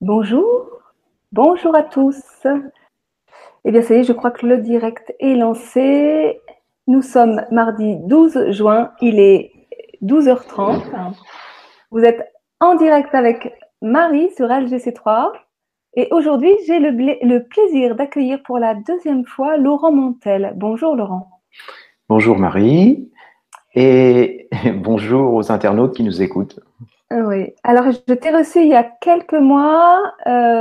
Bonjour, bonjour à tous. Eh bien, ça y est, je crois que le direct est lancé. Nous sommes mardi 12 juin, il est 12h30. Vous êtes en direct avec Marie sur LGC3. Et aujourd'hui, j'ai le plaisir d'accueillir pour la deuxième fois Laurent Montel. Bonjour Laurent. Bonjour Marie et bonjour aux internautes qui nous écoutent. Oui, alors je t'ai reçu il y a quelques mois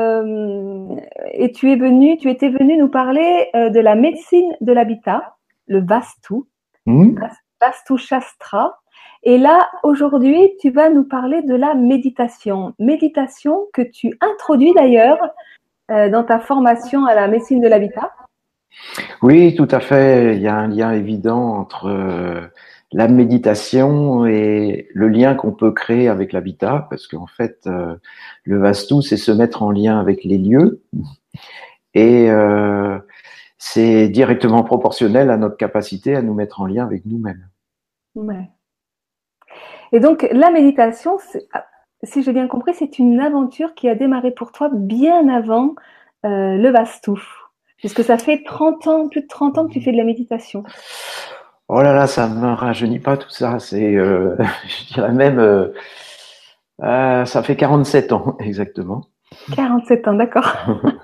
et tu étais venu nous parler de la médecine de l'habitat, le Vastu, Vastu Shastra. Et là, aujourd'hui, tu vas nous parler de la méditation. Méditation que tu introduis d'ailleurs dans ta formation à la médecine de l'habitat. Oui, tout à fait. Il y a un lien évident entre la méditation et le lien qu'on peut créer avec l'habitat, parce qu'en fait, le Vastu, c'est se mettre en lien avec les lieux et c'est directement proportionnel à notre capacité à nous mettre en lien avec nous-mêmes. Ouais. Et donc, la méditation, si j'ai bien compris, c'est une aventure qui a démarré pour toi bien avant le Vastu. Puisque ça fait 30 ans, plus de 30 ans que tu fais de la méditation. Oh là là, ça me rajeunit pas tout ça. C'est, je dirais même, ça fait 47 ans exactement. 47 ans, d'accord.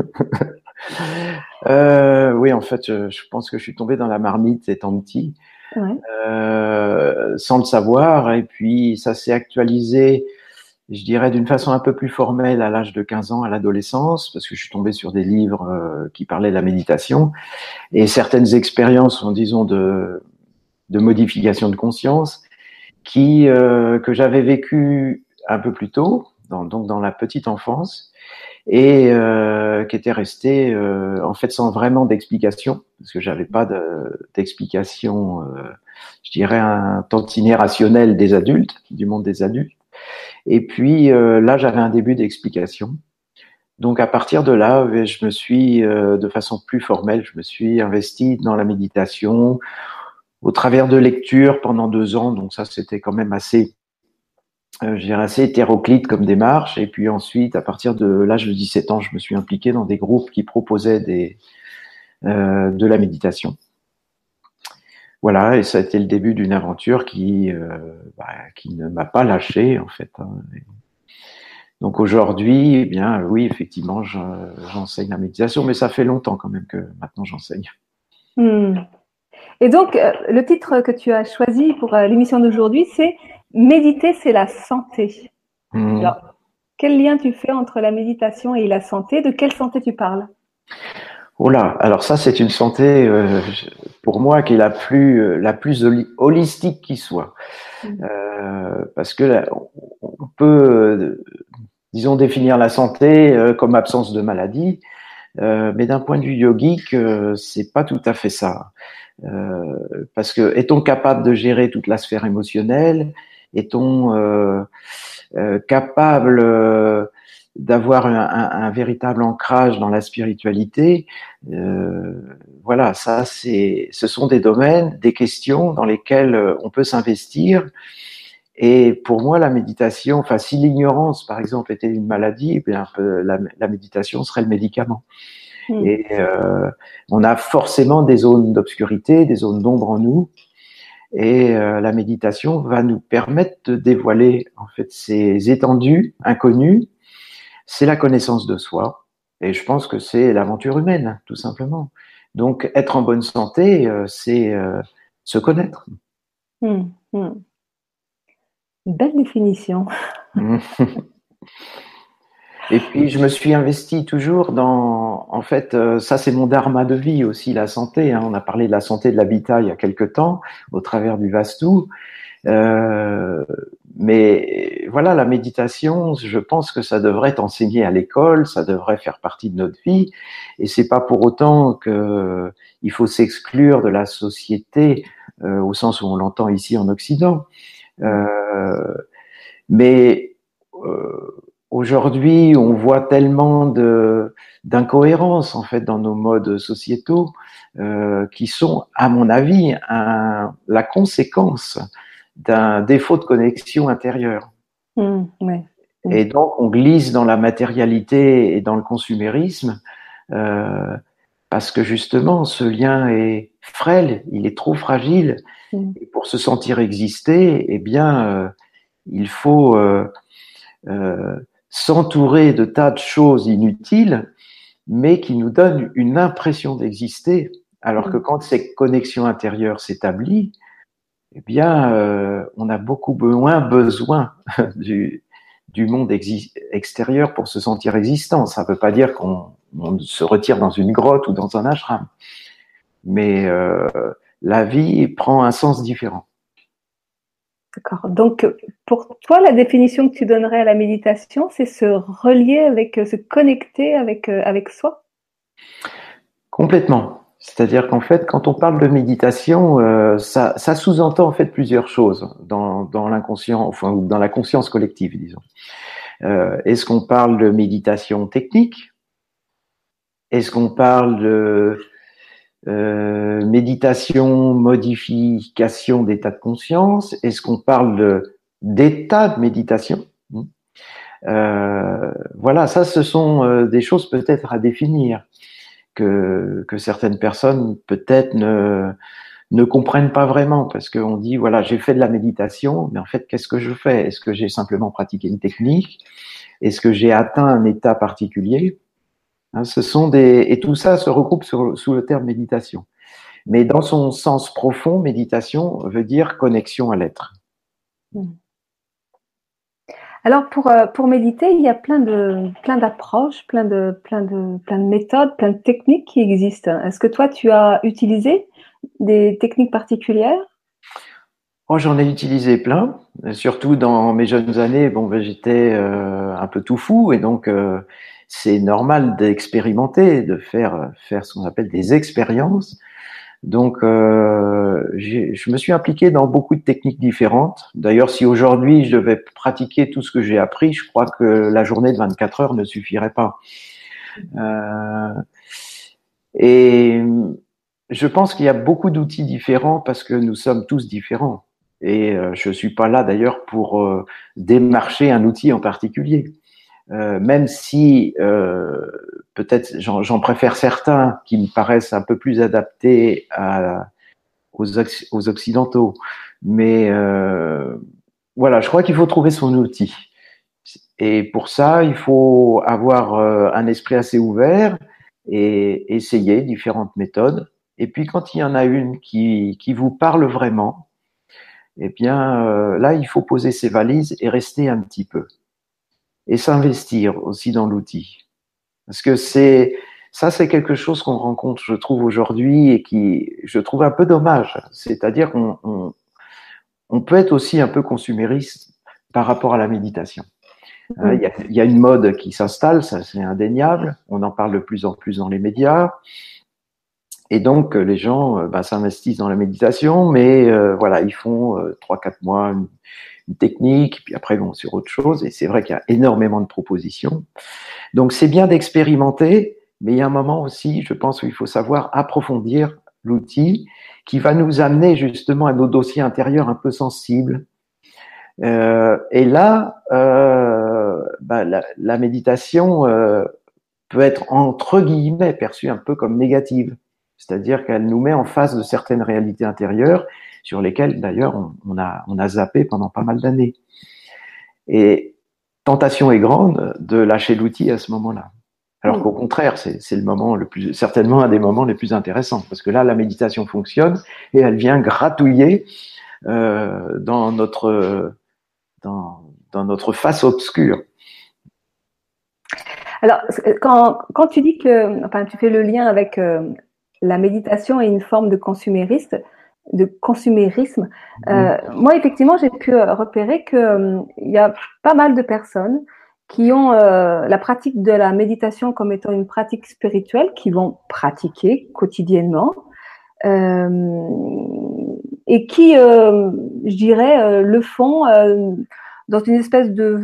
Oui, en fait, je pense que je suis tombé dans la marmite étant petit, Ouais. sans le savoir. Et puis, ça s'est actualisé, je dirais, d'une façon un peu plus formelle à l'âge de 15 ans, à l'adolescence, parce que je suis tombé sur des livres qui parlaient de la méditation et certaines expériences, disons, de modification de conscience que j'avais vécues un peu plus tôt, donc dans la petite enfance, et qui était resté en fait sans vraiment d'explication, parce que j'avais pas d'explication, je dirais un tantinet rationnel des adultes, du monde des adultes. Et puis là, j'avais un début d'explication. Donc à partir de là, je me suis, de façon plus formelle, je me suis investi dans la méditation au travers de lectures pendant 2 ans. Donc ça, c'était quand même assez je dirais assez hétéroclite comme démarche. Et puis ensuite, à partir de l'âge de 17 ans, je me suis impliqué dans des groupes qui proposaient de la méditation. Voilà, et ça a été le début d'une aventure qui ne m'a pas lâché en fait. Donc aujourd'hui, eh bien oui, effectivement, j'enseigne la méditation, mais ça fait longtemps quand même que maintenant j'enseigne. Hmm. Et donc, le titre que tu as choisi pour l'émission d'aujourd'hui, c'est Méditer, c'est la santé. Mmh. Alors, quel lien tu fais entre la méditation et la santé? De quelle santé tu parles? Oh là, alors ça c'est une santé pour moi qui est la plus holistique qui soit. Hmm. Parce que là, on peut, disons, définir la santé comme absence de maladie, mais d'un point de vue yogique, c'est pas tout à fait ça. Parce que est-on capable de gérer toute la sphère émotionnelle? Est-on capable d'avoir un véritable ancrage dans la spiritualité? Voilà, ce sont des domaines, des questions dans lesquelles on peut s'investir. Et pour moi, la méditation, enfin, si l'ignorance, par exemple, était une maladie, eh bien, la méditation serait le médicament. Hmm. Et on a forcément des zones d'obscurité, des zones d'ombre en nous. Et la méditation va nous permettre de dévoiler en fait ces étendues inconnues. C'est la connaissance de soi. Et je pense que c'est l'aventure humaine, tout simplement. Donc, être en bonne santé, c'est se connaître. Hmm. Hmm. Belle définition. Et puis, je me suis investi toujours en fait, ça c'est mon dharma de vie aussi, la santé. Hein. On a parlé de la santé de l'habitat il y a quelque temps, au travers du Vastu. Euh, mais voilà, la méditation, je pense que ça devrait être enseigné à l'école, ça devrait faire partie de notre vie. Et c'est pas pour autant que il faut s'exclure de la société au sens où on l'entend ici en Occident. Euh, mais aujourd'hui, on voit tellement d'incohérences en fait dans nos modes sociétaux qui sont, à mon avis, la conséquence d'un défaut de connexion intérieure. Hmm. Ouais. Et donc, on glisse dans la matérialité et dans le consumérisme parce que justement, ce lien est frêle, il est trop fragile. Et pour se sentir exister, eh bien, il faut s'entourer de tas de choses inutiles, mais qui nous donnent une impression d'exister. Alors que quand cette connexion intérieure s'établit, eh bien, on a beaucoup moins besoin du monde extérieur pour se sentir existant. Ça ne veut pas dire qu'on se retire dans une grotte ou dans un ashram, mais la vie prend un sens différent. D'accord. Donc, pour toi, la définition que tu donnerais à la méditation, c'est se relier avec, se connecter avec soi? Complètement. C'est-à-dire qu'en fait, quand on parle de méditation, ça sous-entend en fait plusieurs choses dans l'inconscient, enfin, ou dans la conscience collective, disons. Est-ce qu'on parle de méditation technique? Est-ce qu'on parle de méditation, modification d'état de conscience? Est-ce qu'on parle d'état de méditation? Voilà, ça, ce sont des choses peut-être à définir que certaines personnes peut-être ne comprennent pas vraiment, parce qu'on dit, voilà, j'ai fait de la méditation, mais en fait, qu'est-ce que je fais? Est-ce que j'ai simplement pratiqué une technique? Est-ce que j'ai atteint un état particulier? Ce sont et tout ça se regroupe sous le terme méditation. Mais dans son sens profond, méditation veut dire connexion à l'être. Alors pour méditer, il y a plein d'approches, plein de méthodes, plein de techniques qui existent. Est-ce que toi tu as utilisé des techniques particulières? Oh, j'en ai utilisé plein, surtout dans mes jeunes années. Bon, ben, j'étais un peu tout fou, et donc c'est normal d'expérimenter, de faire ce qu'on appelle des expériences. Donc, je me suis impliqué dans beaucoup de techniques différentes. D'ailleurs, si aujourd'hui je devais pratiquer tout ce que j'ai appris, je crois que la journée de 24 heures ne suffirait pas. Et je pense qu'il y a beaucoup d'outils différents parce que nous sommes tous différents. Et je suis pas là d'ailleurs pour démarcher un outil en particulier. Même si peut-être j'en préfère certains qui me paraissent un peu plus adaptés aux occidentaux. Mais voilà, je crois qu'il faut trouver son outil. Et pour ça, il faut avoir un esprit assez ouvert et essayer différentes méthodes. Et puis quand il y en a une qui vous parle vraiment, eh bien là, il faut poser ses valises et rester un petit peu. Et s'investir aussi dans l'outil. Parce que c'est quelque chose qu'on rencontre, je trouve, aujourd'hui et qui, je trouve un peu dommage. C'est-à-dire qu'on peut être aussi un peu consumériste par rapport à la méditation. Il y a une mode qui s'installe, ça c'est indéniable. On en parle de plus en plus dans les médias. Et donc, les gens s'investissent dans la méditation, mais voilà, ils font 3-4 mois une technique, puis après vont sur autre chose. Et c'est vrai qu'il y a énormément de propositions. Donc, c'est bien d'expérimenter, mais il y a un moment aussi, je pense, où il faut savoir approfondir l'outil qui va nous amener justement à nos dossiers intérieurs un peu sensibles. Et là, la méditation peut être entre guillemets perçue un peu comme négative. C'est-à-dire qu'elle nous met en face de certaines réalités intérieures sur lesquelles, d'ailleurs, on a zappé pendant pas mal d'années. Et tentation est grande de lâcher l'outil à ce moment-là. Alors qu'au contraire, c'est le moment certainement un des moments les plus intéressants, parce que là, la méditation fonctionne et elle vient gratouiller dans notre face obscure. Alors, quand tu dis que, enfin, tu fais le lien avec la méditation et une forme de consumérisme, moi, effectivement, j'ai pu repérer que il y a pas mal de personnes qui ont la pratique de la méditation comme étant une pratique spirituelle, qui vont pratiquer quotidiennement et qui, je dirais, le font dans une espèce de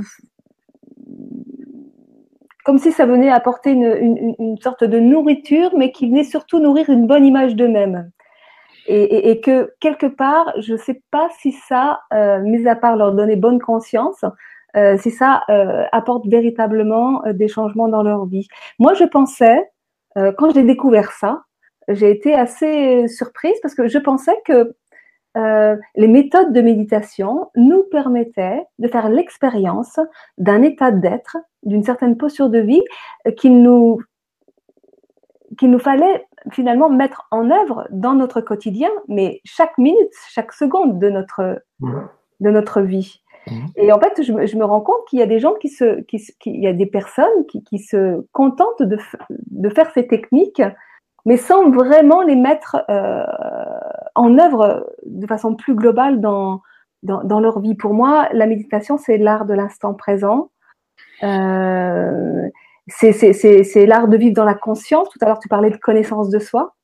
comme si ça venait apporter une sorte de nourriture, mais qui venait surtout nourrir une bonne image d'eux-mêmes. Et que quelque part, je ne sais pas si ça, mis à part leur donner bonne conscience, si ça apporte véritablement des changements dans leur vie. Moi, je pensais, quand j'ai découvert ça, j'ai été assez surprise parce que je pensais que les méthodes de méditation nous permettaient de faire l'expérience d'un état d'être, d'une certaine posture de vie qu'il nous fallait finalement mettre en œuvre dans notre quotidien, mais chaque minute, chaque seconde de notre vie. Et en fait, je me rends compte qu'il y a des gens il y a des personnes qui se contentent de faire ces techniques, mais sans vraiment les mettre en œuvre de façon plus globale dans leur vie. Pour moi, la méditation, c'est l'art de l'instant présent. C'est l'art de vivre dans la conscience. Tout à l'heure, tu parlais de connaissance de soi.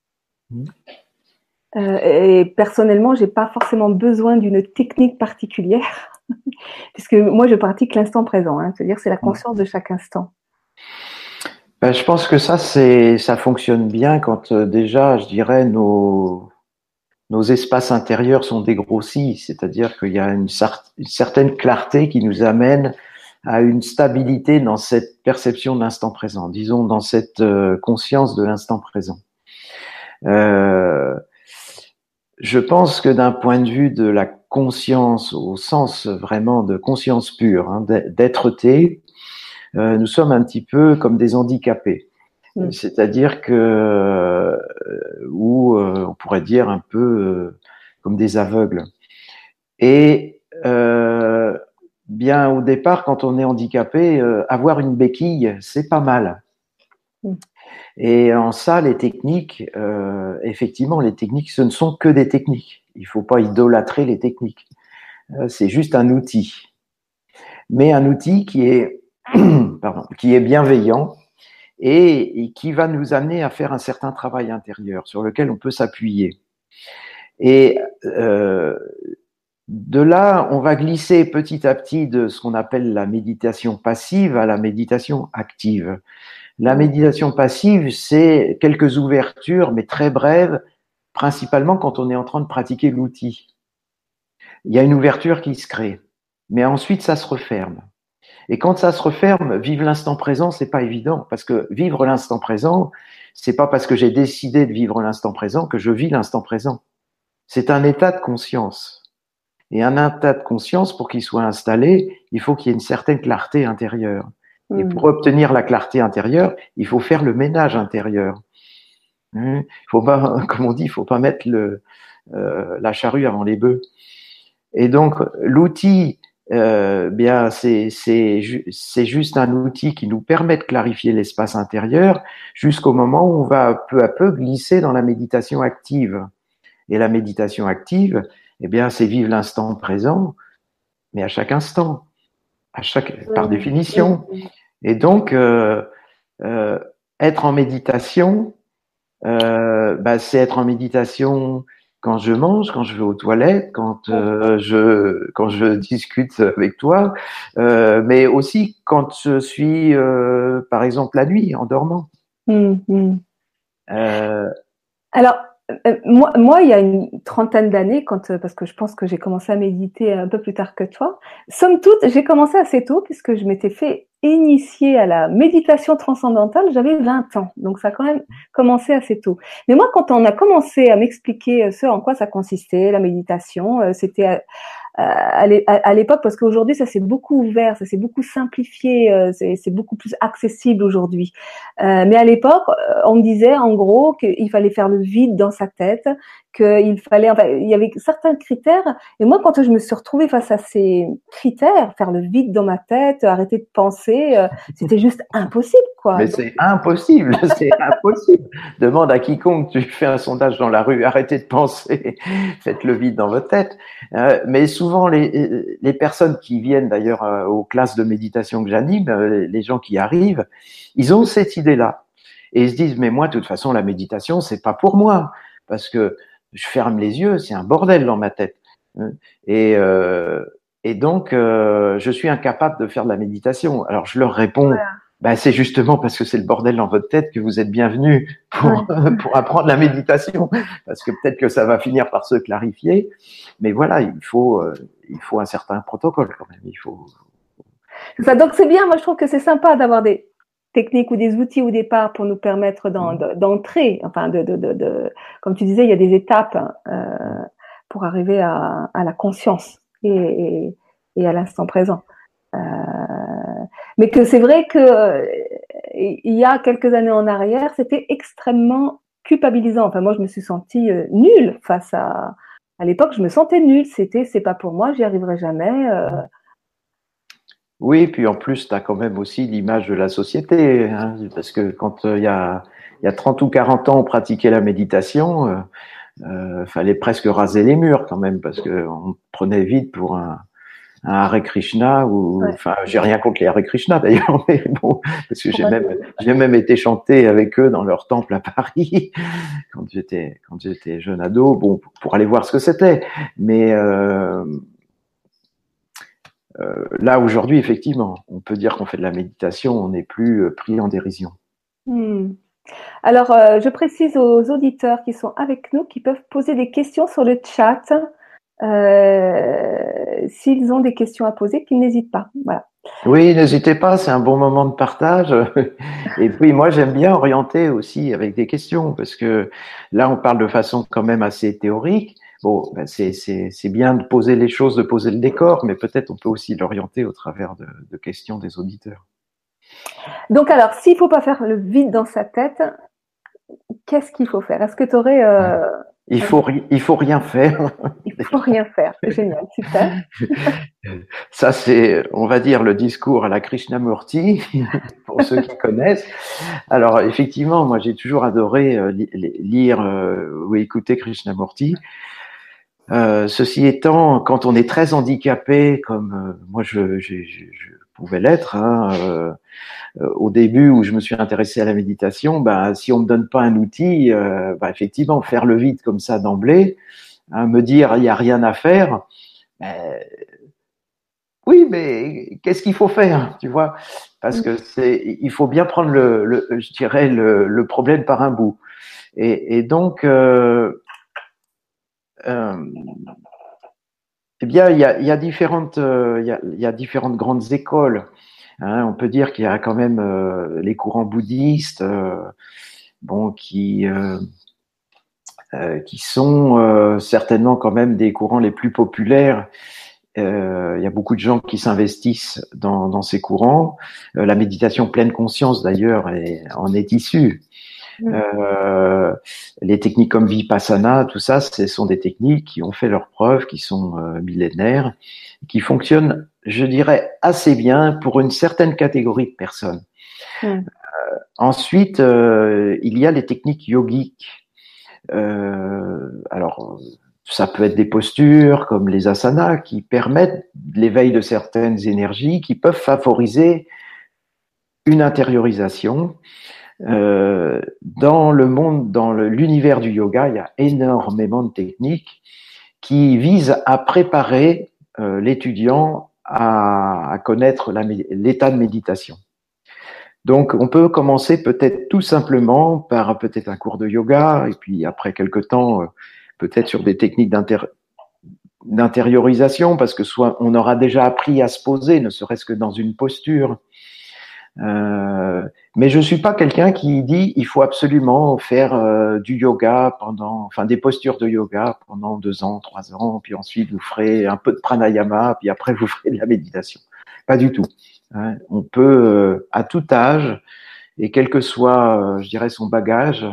Et personnellement, j'ai pas forcément besoin d'une technique particulière, puisque moi, je pratique l'instant présent. C'est-à-dire, c'est la conscience de chaque instant. Ben, je pense que ça fonctionne bien quand déjà, je dirais, nos espaces intérieurs sont dégrossis, c'est-à-dire qu'il y a une certaine clarté qui nous amène à une stabilité dans cette perception de l'instant présent, disons dans cette conscience de l'instant présent. Je pense que d'un point de vue de la conscience, au sens vraiment de conscience pure, d'être-té, nous sommes un petit peu comme des handicapés. C'est-à-dire que, on pourrait dire un peu comme des aveugles. Et bien au départ, quand on est handicapé, avoir une béquille, c'est pas mal. Et en ça, les techniques, effectivement, les techniques, ce ne sont que des techniques. Il faut pas idolâtrer les techniques. C'est juste un outil. Mais un outil qui est, qui est bienveillant et qui va nous amener à faire un certain travail intérieur sur lequel on peut s'appuyer. Et de là, on va glisser petit à petit de ce qu'on appelle la méditation passive à la méditation active. La méditation passive, c'est quelques ouvertures, mais très brèves, principalement quand on est en train de pratiquer l'outil. Il y a une ouverture qui se crée, mais ensuite ça se referme. Et quand ça se referme, vivre l'instant présent, c'est pas évident, parce que vivre l'instant présent, c'est pas parce que j'ai décidé de vivre l'instant présent que je vis l'instant présent. C'est un état de conscience. Et un état de conscience, pour qu'il soit installé, il faut qu'il y ait une certaine clarté intérieure. Et pour obtenir la clarté intérieure, il faut faire le ménage intérieur. Il faut pas, comme on dit, il faut pas mettre la charrue avant les bœufs. Et donc, l'outil, bien, c'est juste un outil qui nous permet de clarifier l'espace intérieur jusqu'au moment où on va peu à peu glisser dans la méditation active. Et la méditation active, eh bien, c'est vivre l'instant présent, mais à chaque instant, par définition. Et donc, être en méditation, c'est être en méditation quand je mange, quand je vais aux toilettes, quand je discute avec toi, mais aussi quand je suis, par exemple, la nuit, en dormant. Alors, moi, il y a une trentaine d'années, parce que je pense que j'ai commencé à méditer un peu plus tard que toi, somme toute, j'ai commencé assez tôt puisque je m'étais fait initier à la méditation transcendantale, j'avais 20 ans, donc ça a quand même commencé assez tôt. Mais moi, quand on a commencé à m'expliquer ce en quoi ça consistait, la méditation, c'était à l'époque, parce qu'aujourd'hui ça s'est beaucoup ouvert, ça s'est beaucoup simplifié, c'est beaucoup plus accessible aujourd'hui. Mais à l'époque, on me disait en gros qu'il fallait faire le vide dans sa tête, il y avait certains critères. Et moi, quand je me suis retrouvée face à ces critères, faire le vide dans ma tête, arrêter de penser, c'était juste impossible, quoi. Mais c'est impossible, c'est impossible. Demande à quiconque, tu fais un sondage dans la rue, arrêtez de penser, faites le vide dans votre tête. Mais souvent, les personnes qui viennent d'ailleurs aux classes de méditation que j'anime, les gens qui arrivent, ils ont cette idée-là. Et ils se disent, mais moi, de toute façon, la méditation, c'est pas pour moi. Parce que je ferme les yeux, c'est un bordel dans ma tête. Et donc, je suis incapable de faire de la méditation. Alors, je leur réponds, c'est justement parce que c'est le bordel dans votre tête que vous êtes bienvenus pour apprendre la méditation. Parce que peut-être que ça va finir par se clarifier. Mais voilà, il faut un certain protocole quand même. Il faut Ça, donc c'est bien, moi je trouve que c'est sympa d'avoir des techniques ou des outils au départ pour nous permettre d'entrer, enfin comme tu disais, il y a des étapes pour arriver à la conscience et à l'instant présent. Mais que c'est vrai que il y a quelques années en arrière, c'était extrêmement culpabilisant. Enfin, moi, je me suis sentie nulle face à l'époque. Je me sentais nulle. C'est pas pour moi, j'y arriverai jamais. Oui, puis en plus, tu as quand même aussi l'image de la société, hein, parce que quand il y a 30 ou 40 ans, on pratiquait la méditation, fallait presque raser les murs quand même, parce que on prenait vite pour un Hare Krishna ou, Ouais. enfin, j'ai rien contre les Hare Krishna d'ailleurs, mais bon, parce que j'ai même été chanter avec eux dans leur temple à Paris quand j'étais jeune ado, bon, pour aller voir ce que c'était, mais là, aujourd'hui, effectivement, on peut dire qu'on fait de la méditation, on n'est plus pris en dérision. Alors, je précise aux auditeurs qui sont avec nous qu'ils peuvent poser des questions sur le chat. S'ils ont des questions à poser, qu'ils n'hésitent pas. Voilà. Oui, n'hésitez pas, c'est un bon moment de partage. Et puis moi, j'aime bien orienter aussi avec des questions, parce que là, on parle de façon quand même assez théorique. Bon, ben c'est bien de poser les choses, de poser le décor, mais peut-être on peut aussi l'orienter au travers de questions des auditeurs. Donc, alors, s'il ne faut pas faire le vide dans sa tête, qu'est-ce qu'il faut faire? Est-ce que tu aurais... il faut rien faire. Il faut rien faire. Génial, super. Ça, c'est, on va dire, le discours à la Krishnamurti, pour ceux qui connaissent. Alors, effectivement, moi, j'ai toujours adoré lire ou écouter Krishnamurti. Ceci étant, quand on est très handicapé, comme moi je pouvais l'être, hein, au début où je me suis intéressé à la méditation, bah, si on me donne pas un outil, bah, effectivement, faire le vide comme ça d'emblée, hein, me dire il y a rien à faire, oui, mais qu'est-ce qu'il faut faire, tu vois? Parce que il faut bien prendre je dirais le problème par un bout. Et donc, eh bien, il y a différentes, il y a différentes grandes écoles. Hein. On peut dire qu'il y a quand même les courants bouddhistes, bon, qui sont certainement quand même des courants les plus populaires. Il y a beaucoup de gens qui s'investissent dans ces courants. La méditation pleine conscience, d'ailleurs, en est issue. Les techniques comme Vipassana, tout ça, ce sont des techniques qui ont fait leurs preuves, qui sont millénaires, qui fonctionnent, je dirais, assez bien pour une certaine catégorie de personnes. Ensuite, il y a les techniques yogiques. Alors, ça peut être des postures comme les asanas qui permettent l'éveil de certaines énergies, qui peuvent favoriser une intériorisation. Dans le monde, dans l'univers du yoga, il y a énormément de techniques qui visent à préparer l'étudiant à connaître l'état de méditation. Donc, on peut commencer peut-être tout simplement par peut-être un cours de yoga, et puis après quelque temps, peut-être sur des techniques d'intériorisation, parce que soit on aura déjà appris à se poser, ne serait-ce que dans une posture. Mais je suis pas quelqu'un qui dit il faut absolument faire du yoga enfin des postures de yoga pendant 2 ans, 3 ans, puis ensuite vous ferez un peu de pranayama, puis après vous ferez de la méditation. Pas du tout. Hein. On peut à tout âge et quel que soit, je dirais, son bagage,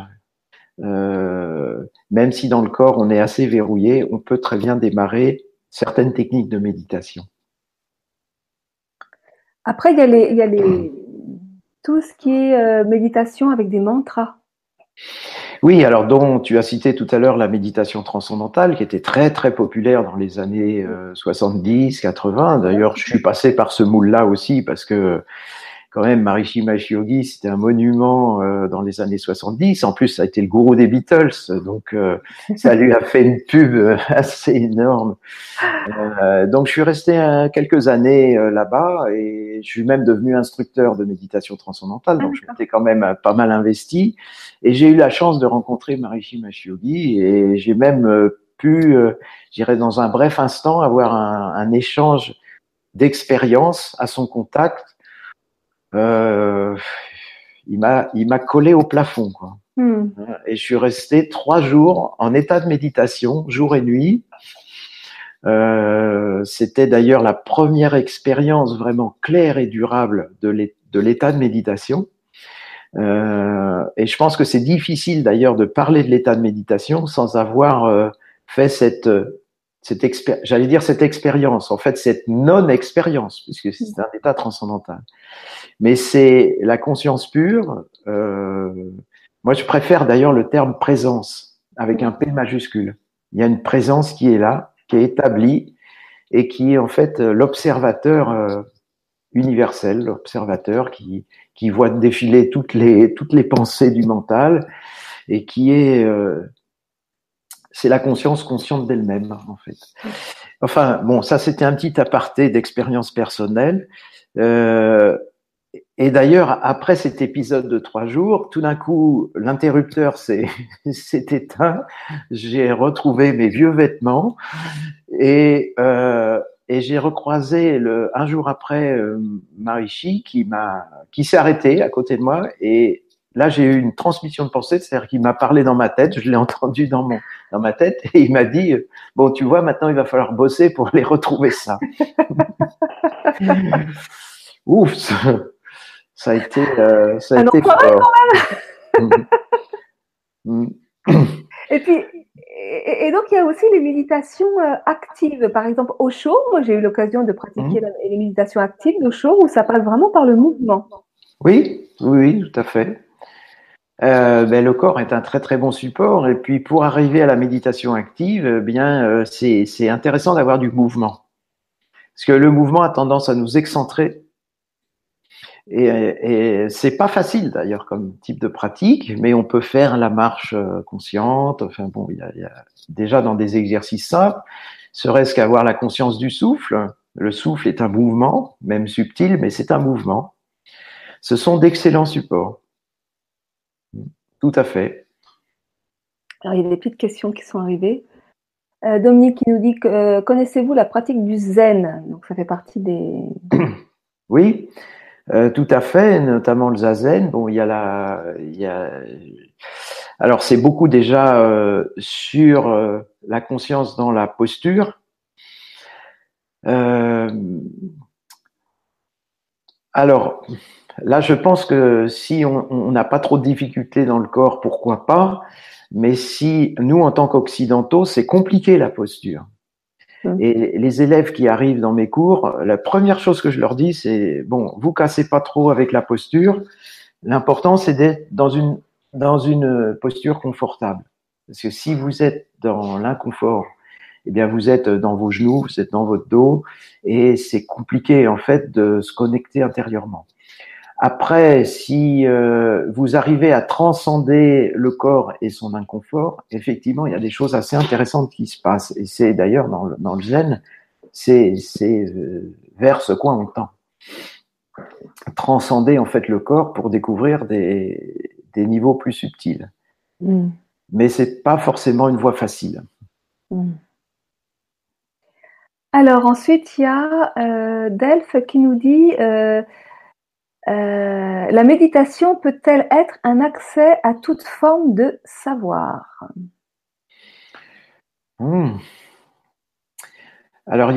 même si dans le corps on est assez verrouillé, on peut très bien démarrer certaines techniques de méditation. Après, il y a tout ce qui est méditation avec des mantras. Oui, alors dont tu as cité tout à l'heure la méditation transcendantale qui était très très populaire dans les années 70, 80. D'ailleurs, je suis passé par ce moule-là aussi parce que quand même Maharishi Mahesh Yogi, c'était un monument dans les années 70. En plus, ça a été le gourou des Beatles, donc ça lui a fait une pub assez énorme. Donc, je suis resté quelques années là-bas et je suis même devenu instructeur de méditation transcendantale. Donc, je m'étais quand même pas mal investi et j'ai eu la chance de rencontrer Maharishi Mahesh Yogi et j'ai même pu, je dirais, dans un bref instant, avoir un échange d'expérience à son contact, il m'a collé au plafond, quoi. Et je suis resté 3 jours en état de méditation, jour et nuit. C'était d'ailleurs la première expérience vraiment claire et durable de l'état de méditation. Et je pense que c'est difficile d'ailleurs de parler de l'état de méditation sans avoir fait cette expérience, en fait cette non-expérience, puisque c'est un état transcendantal. Mais c'est la conscience pure. Moi, je préfère d'ailleurs le terme présence avec un P majuscule. Il y a une présence qui est là, qui est établie et qui est en fait l'observateur universel, l'observateur qui voit défiler toutes les pensées du mental et qui est c'est la conscience consciente d'elle-même, en fait. Enfin, bon, ça c'était un petit aparté d'expérience personnelle. Et d'ailleurs, après cet épisode de 3 jours, tout d'un coup, l'interrupteur s'est éteint. J'ai retrouvé mes vieux vêtements et j'ai recroisé un jour après Maharishi qui s'est arrêté à côté de moi et là j'ai eu une transmission de pensée, c'est-à-dire qu'il m'a parlé dans ma tête, je l'ai entendu dans ma tête et il m'a dit bon tu vois maintenant il va falloir bosser pour aller retrouver ça. Ouf, ça a été fort. Et puis et donc il y a aussi les méditations actives, par exemple Osho. Moi j'ai eu l'occasion de pratiquer les méditations actives d'Osho où ça passe vraiment par le mouvement. Oui, tout à fait. Le corps est un très très bon support et puis pour arriver à la méditation active, c'est intéressant d'avoir du mouvement parce que le mouvement a tendance à nous excentrer et c'est pas facile d'ailleurs comme type de pratique, mais on peut faire la marche consciente. Enfin bon, il y a déjà dans des exercices simples, serait-ce qu'avoir la conscience du souffle. Le souffle est un mouvement, même subtil, mais c'est un mouvement. Ce sont d'excellents supports. Tout à fait. Alors, il y a des petites questions qui sont arrivées. Dominique qui nous dit connaissez-vous la pratique du zen? Donc, ça fait partie des... Oui, tout à fait, notamment le zazen. Bon, alors, c'est beaucoup déjà sur la conscience dans la posture. Alors, là, je pense que si on n'a pas trop de difficultés dans le corps, pourquoi pas? Mais si nous, en tant qu'occidentaux, c'est compliqué la posture. Et les élèves qui arrivent dans mes cours, la première chose que je leur dis, c'est bon, vous cassez pas trop avec la posture. L'important, c'est d'être dans une posture confortable. Parce que si vous êtes dans l'inconfort, eh bien, vous êtes dans vos genoux, vous êtes dans votre dos, et c'est compliqué en fait de se connecter intérieurement. Après, si vous arrivez à transcender le corps et son inconfort, effectivement, il y a des choses assez intéressantes qui se passent. Et c'est d'ailleurs dans le zen, c'est vers ce quoi on tend. Transcender en fait le corps pour découvrir des niveaux plus subtils. Mais c'est pas forcément une voie facile. Alors ensuite, il y a Delphes qui nous dit la méditation peut-elle être un accès à toute forme de savoir? Alors,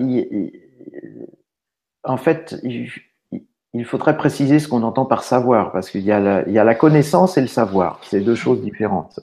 en fait, il faudrait préciser ce qu'on entend par savoir, parce qu'il y a la connaissance et le savoir. C'est deux choses différentes.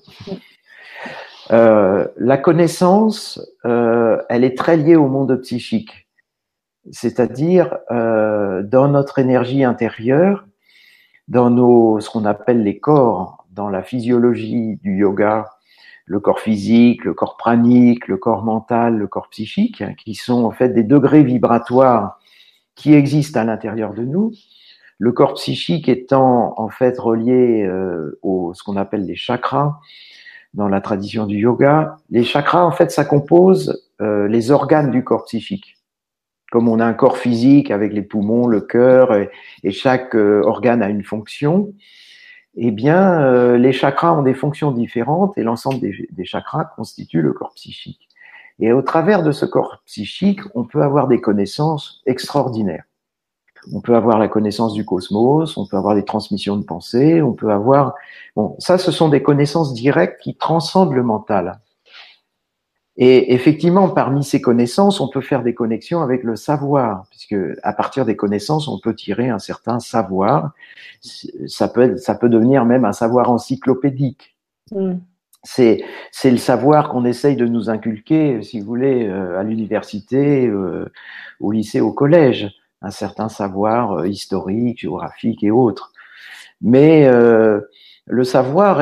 La connaissance, elle est très liée au monde psychique. C'est-à-dire, dans notre énergie intérieure, dans ce qu'on appelle les corps, dans la physiologie du yoga, le corps physique, le corps pranique, le corps mental, le corps psychique, qui sont en fait des degrés vibratoires qui existent à l'intérieur de nous. Le corps psychique étant en fait relié ce qu'on appelle les chakras dans la tradition du yoga. Les chakras, en fait, ça compose les organes du corps psychique. Comme on a un corps physique avec les poumons, le cœur, et chaque organe a une fonction, eh bien, les chakras ont des fonctions différentes et l'ensemble des chakras constitue le corps psychique. Et au travers de ce corps psychique, on peut avoir des connaissances extraordinaires. On peut avoir la connaissance du cosmos, on peut avoir des transmissions de pensée, on peut avoir... Bon, ça, ce sont des connaissances directes qui transcendent le mental. Et effectivement, parmi ces connaissances, on peut faire des connexions avec le savoir, puisque à partir des connaissances, on peut tirer un certain savoir. Ça peut devenir même un savoir encyclopédique. C'est le savoir qu'on essaye de nous inculquer, si vous voulez, à l'université, au lycée, au collège, un certain savoir historique, géographique et autres. Mais le savoir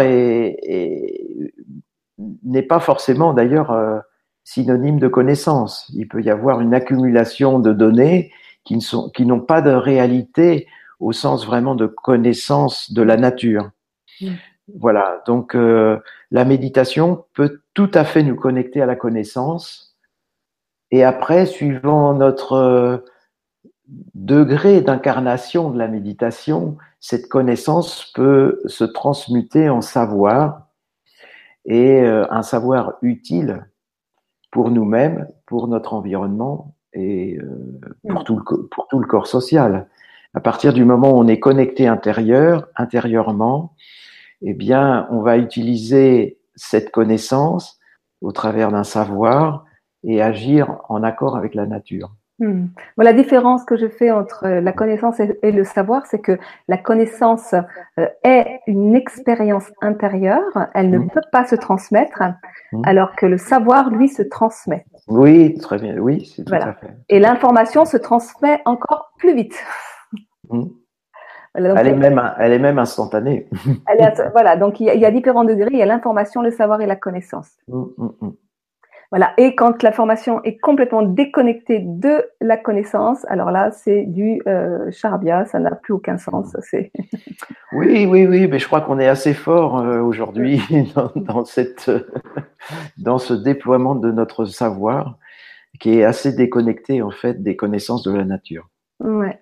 n'est pas forcément d'ailleurs synonyme de connaissance. Il peut y avoir une accumulation de données qui n'ont pas de réalité au sens vraiment de connaissance de la nature. Voilà, donc la méditation peut tout à fait nous connecter à la connaissance. Et après, suivant notre degré d'incarnation de la méditation, cette connaissance peut se transmuter en savoir, et un savoir utile pour nous-mêmes, pour notre environnement et pour tout le corps social. À partir du moment où on est connecté intérieurement, eh bien, on va utiliser cette connaissance au travers d'un savoir et agir en accord avec la nature. Bon, la différence que je fais entre la connaissance et le savoir, c'est que la connaissance est une expérience intérieure, elle ne peut pas se transmettre, alors que le savoir, lui, se transmet. Oui, très bien, oui, c'est tout à fait. Et l'information se transmet encore plus vite. Voilà, donc, elle est même instantanée. Voilà, donc il y a différents degrés, il y a l'information, le savoir et la connaissance. Voilà, et quand l'information est complètement déconnectée de la connaissance, alors là, c'est du charabia, ça n'a plus aucun sens. Oui, mais je crois qu'on est assez fort aujourd'hui dans ce déploiement de notre savoir qui est assez déconnecté en fait des connaissances de la nature. Ouais.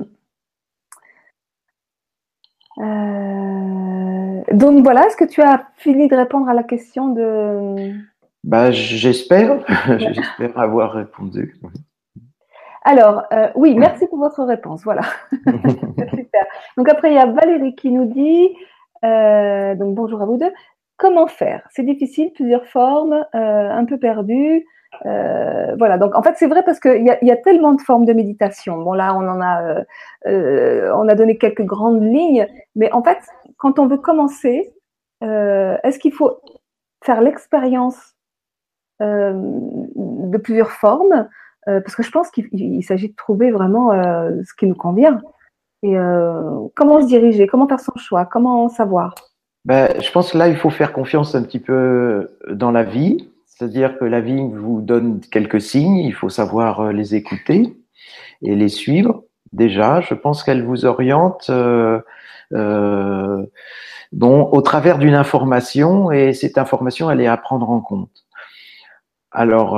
Donc voilà, est-ce que tu as fini de répondre à la question de... J'espère avoir répondu. Alors, oui, merci pour votre réponse, voilà. C'est super. Donc après, il y a Valérie qui nous dit, donc bonjour à vous deux, comment faire? C'est difficile, plusieurs formes, un peu perdu. Voilà, donc en fait c'est vrai parce qu'il y a tellement de formes de méditation. Bon là on a donné quelques grandes lignes, mais en fait quand on veut commencer, est-ce qu'il faut faire l'expérience de plusieurs formes, parce que je pense qu'il s'agit de trouver vraiment ce qui nous convient. Et comment se diriger, comment faire son choix, comment savoir? Je pense que là il faut faire confiance un petit peu dans la vie. C'est-à-dire que la vie vous donne quelques signes, il faut savoir les écouter et les suivre. Déjà, je pense qu'elle vous oriente au travers d'une information, et cette information, elle est à prendre en compte. Alors,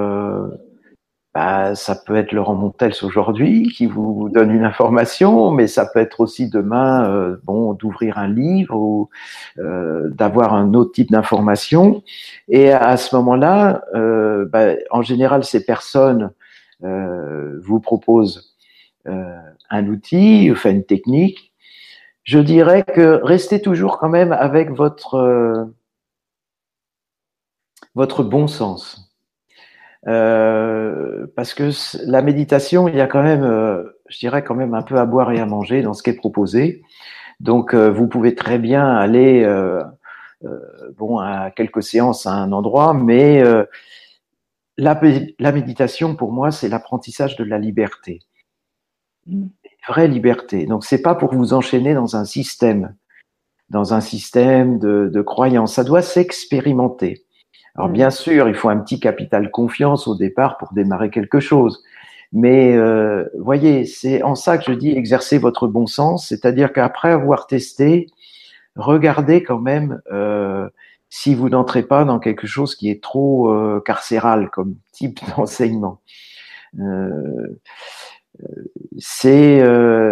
ça peut être Laurent Montels aujourd'hui qui vous donne une information, mais ça peut être aussi demain, d'ouvrir un livre ou d'avoir un autre type d'information. Et à ce moment-là, en général, ces personnes vous proposent un outil, enfin une technique. Je dirais que restez toujours quand même avec votre bon sens. Parce que la méditation, il y a quand même, je dirais quand même un peu à boire et à manger dans ce qui est proposé. Donc, vous pouvez très bien aller, à quelques séances à un endroit, mais la méditation, pour moi, c'est l'apprentissage de la liberté, une vraie liberté. Donc, c'est pas pour vous enchaîner dans un système de croyances. Ça doit s'expérimenter. Alors bien sûr, il faut un petit capital confiance au départ pour démarrer quelque chose. Mais voyez, c'est en ça que je dis exercer votre bon sens, c'est-à-dire qu'après avoir testé, regardez quand même si vous n'entrez pas dans quelque chose qui est trop carcéral comme type d'enseignement. C'est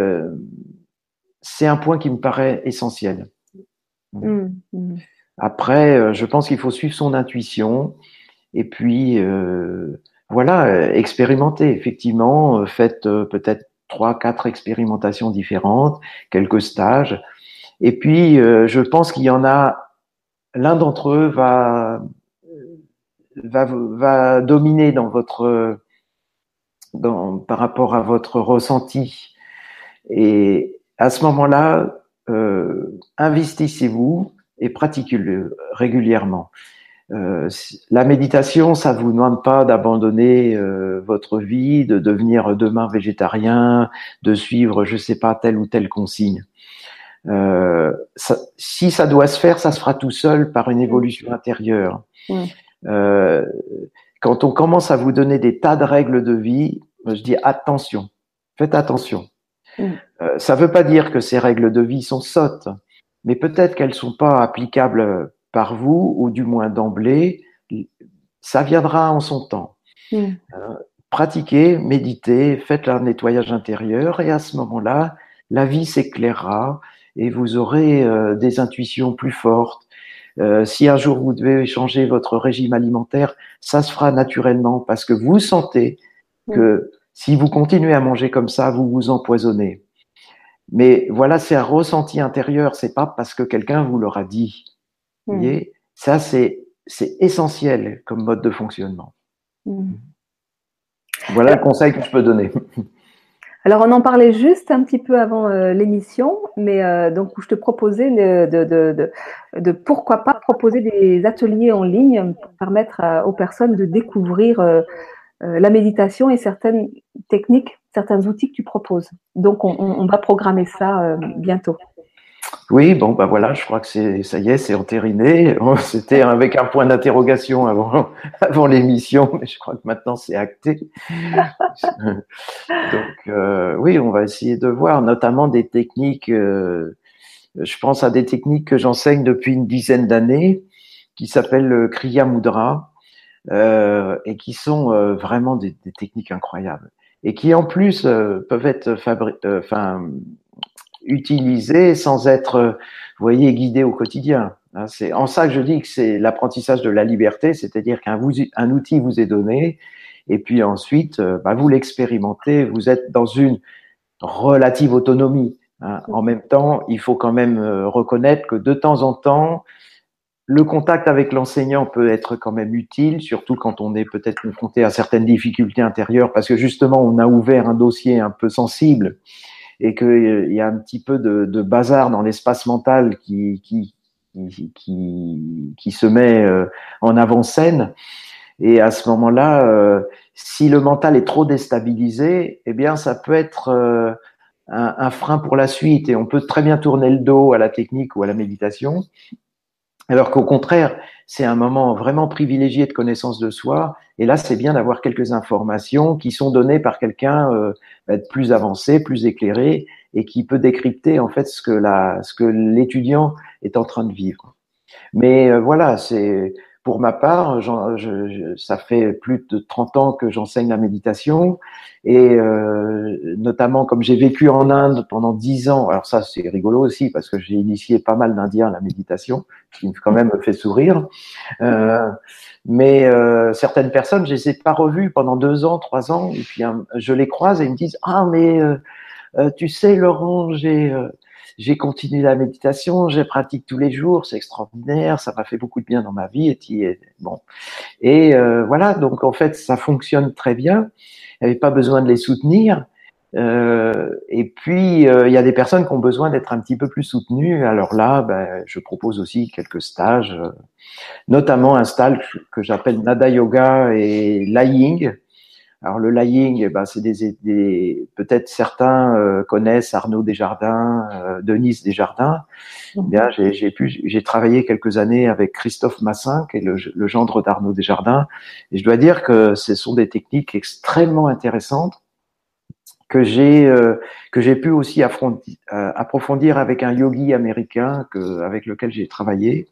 un point qui me paraît essentiel. Après, je pense qu'il faut suivre son intuition Et puis, voilà, expérimentez. Effectivement, faites peut-être 3-4 expérimentations différentes, quelques stages. Et puis, je pense qu'il y en a, l'un d'entre eux va dominer par rapport à votre ressenti. Et à ce moment-là, investissez-vous et pratiquez-le régulièrement. La méditation, ça vous demande pas d'abandonner votre vie, de devenir demain végétarien, de suivre, je sais pas, telle ou telle consigne. Si ça doit se faire, ça se fera tout seul par une évolution intérieure. Euh, quand on commence à vous donner des tas de règles de vie, je dis attention, faites attention. Ça ne veut pas dire que ces règles de vie sont sottes, mais peut-être qu'elles ne sont pas applicables par vous, ou du moins d'emblée. Ça viendra en son temps. Pratiquez, méditez, faites un nettoyage intérieur, et à ce moment-là, la vie s'éclairera et vous aurez des intuitions plus fortes. Si un jour vous devez changer votre régime alimentaire, ça se fera naturellement parce que vous sentez que si vous continuez à manger comme ça, vous vous empoisonnez. Mais voilà, c'est un ressenti intérieur, c'est pas parce que quelqu'un vous l'aura dit. Vous voyez, ça c'est essentiel comme mode de fonctionnement. Voilà le conseil que je peux donner. Alors, on en parlait juste un petit peu avant l'émission, mais donc je te proposais de pourquoi pas proposer des ateliers en ligne pour permettre aux personnes de découvrir la méditation et certaines techniques, certains outils que tu proposes. Donc, on va programmer ça bientôt. Oui, bon, bah voilà, je crois que ça y est, c'est entériné. C'était avec un point d'interrogation avant l'émission, mais je crois que maintenant c'est acté. Donc, oui, on va essayer de voir, notamment des techniques. Je pense à des techniques que j'enseigne depuis une dizaine d'années, qui s'appellent le Kriya Mudra, et qui sont vraiment des techniques incroyables, et qui en plus peuvent être utilisées sans être, vous voyez, guidées au quotidien. C'est en ça que je dis que c'est l'apprentissage de la liberté, c'est-à-dire qu'un outil vous est donné, et puis ensuite, vous l'expérimentez, vous êtes dans une relative autonomie. En même temps, il faut quand même reconnaître que de temps en temps, le contact avec l'enseignant peut être quand même utile, surtout quand on est peut-être confronté à certaines difficultés intérieures, parce que justement, on a ouvert un dossier un peu sensible et qu'il y a un petit peu de bazar dans l'espace mental qui se met en avant-scène. Et à ce moment-là, si le mental est trop déstabilisé, eh bien, ça peut être un frein pour la suite, et on peut très bien tourner le dos à la technique ou à la méditation. Alors qu'au contraire, c'est un moment vraiment privilégié de connaissance de soi. Et là, c'est bien d'avoir quelques informations qui sont données par quelqu'un plus avancé, plus éclairé, et qui peut décrypter en fait ce que l'étudiant est en train de vivre. Mais voilà, c'est pour ma part, ça fait plus de 30 ans que j'enseigne la méditation, et notamment comme j'ai vécu en Inde pendant 10 ans, alors ça c'est rigolo aussi parce que j'ai initié pas mal d'Indiens à la méditation, ce qui quand même me fait sourire. Mais certaines personnes, je les ai pas revues pendant 2 ans, 3 ans, et puis je les croise et ils me disent ah mais tu sais Laurent, j'ai continué la méditation, je pratique tous les jours, c'est extraordinaire, ça m'a fait beaucoup de bien dans ma vie. Et voilà, donc en fait, ça fonctionne très bien. Il n'y avait pas besoin de les soutenir. Et puis, il y a des personnes qui ont besoin d'être un petit peu plus soutenues. Alors là, je propose aussi quelques stages, notamment un stage que j'appelle Nada Yoga et Lying. Alors le lying, c'est peut-être certains connaissent Arnaud Desjardins, Denise Desjardins. Bien, j'ai travaillé quelques années avec Christophe Massin, qui est le gendre d'Arnaud Desjardins, et je dois dire que ce sont des techniques extrêmement intéressantes que j'ai pu aussi approfondir avec un yogi américain avec lequel j'ai travaillé.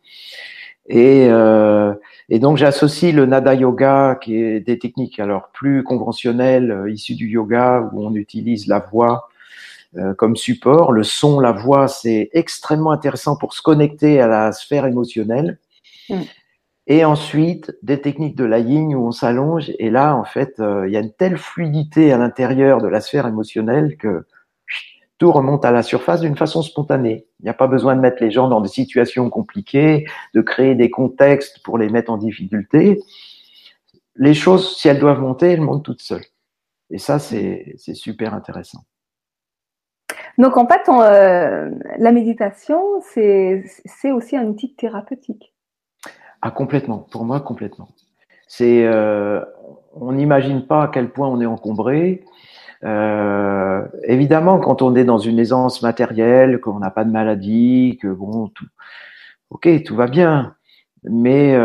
Et donc j'associe le Nada Yoga, qui est des techniques alors plus conventionnelles issues du yoga, où on utilise la voix comme support. Le son, la voix, c'est extrêmement intéressant pour se connecter à la sphère émotionnelle. Et ensuite, des techniques de lying où on s'allonge. Et là, en fait, il y a une telle fluidité à l'intérieur de la sphère émotionnelle que tout remonte à la surface d'une façon spontanée. Il n'y a pas besoin de mettre les gens dans des situations compliquées, de créer des contextes pour les mettre en difficulté. Les choses, si elles doivent monter, elles montent toutes seules. Et ça, c'est super intéressant. Donc, en fait, la méditation, c'est aussi un outil thérapeutique. Ah, complètement. Pour moi, complètement. On n'imagine pas à quel point on est encombré. Évidemment, quand on est dans une aisance matérielle, qu'on n'a pas de maladie, que bon, tout va bien. Mais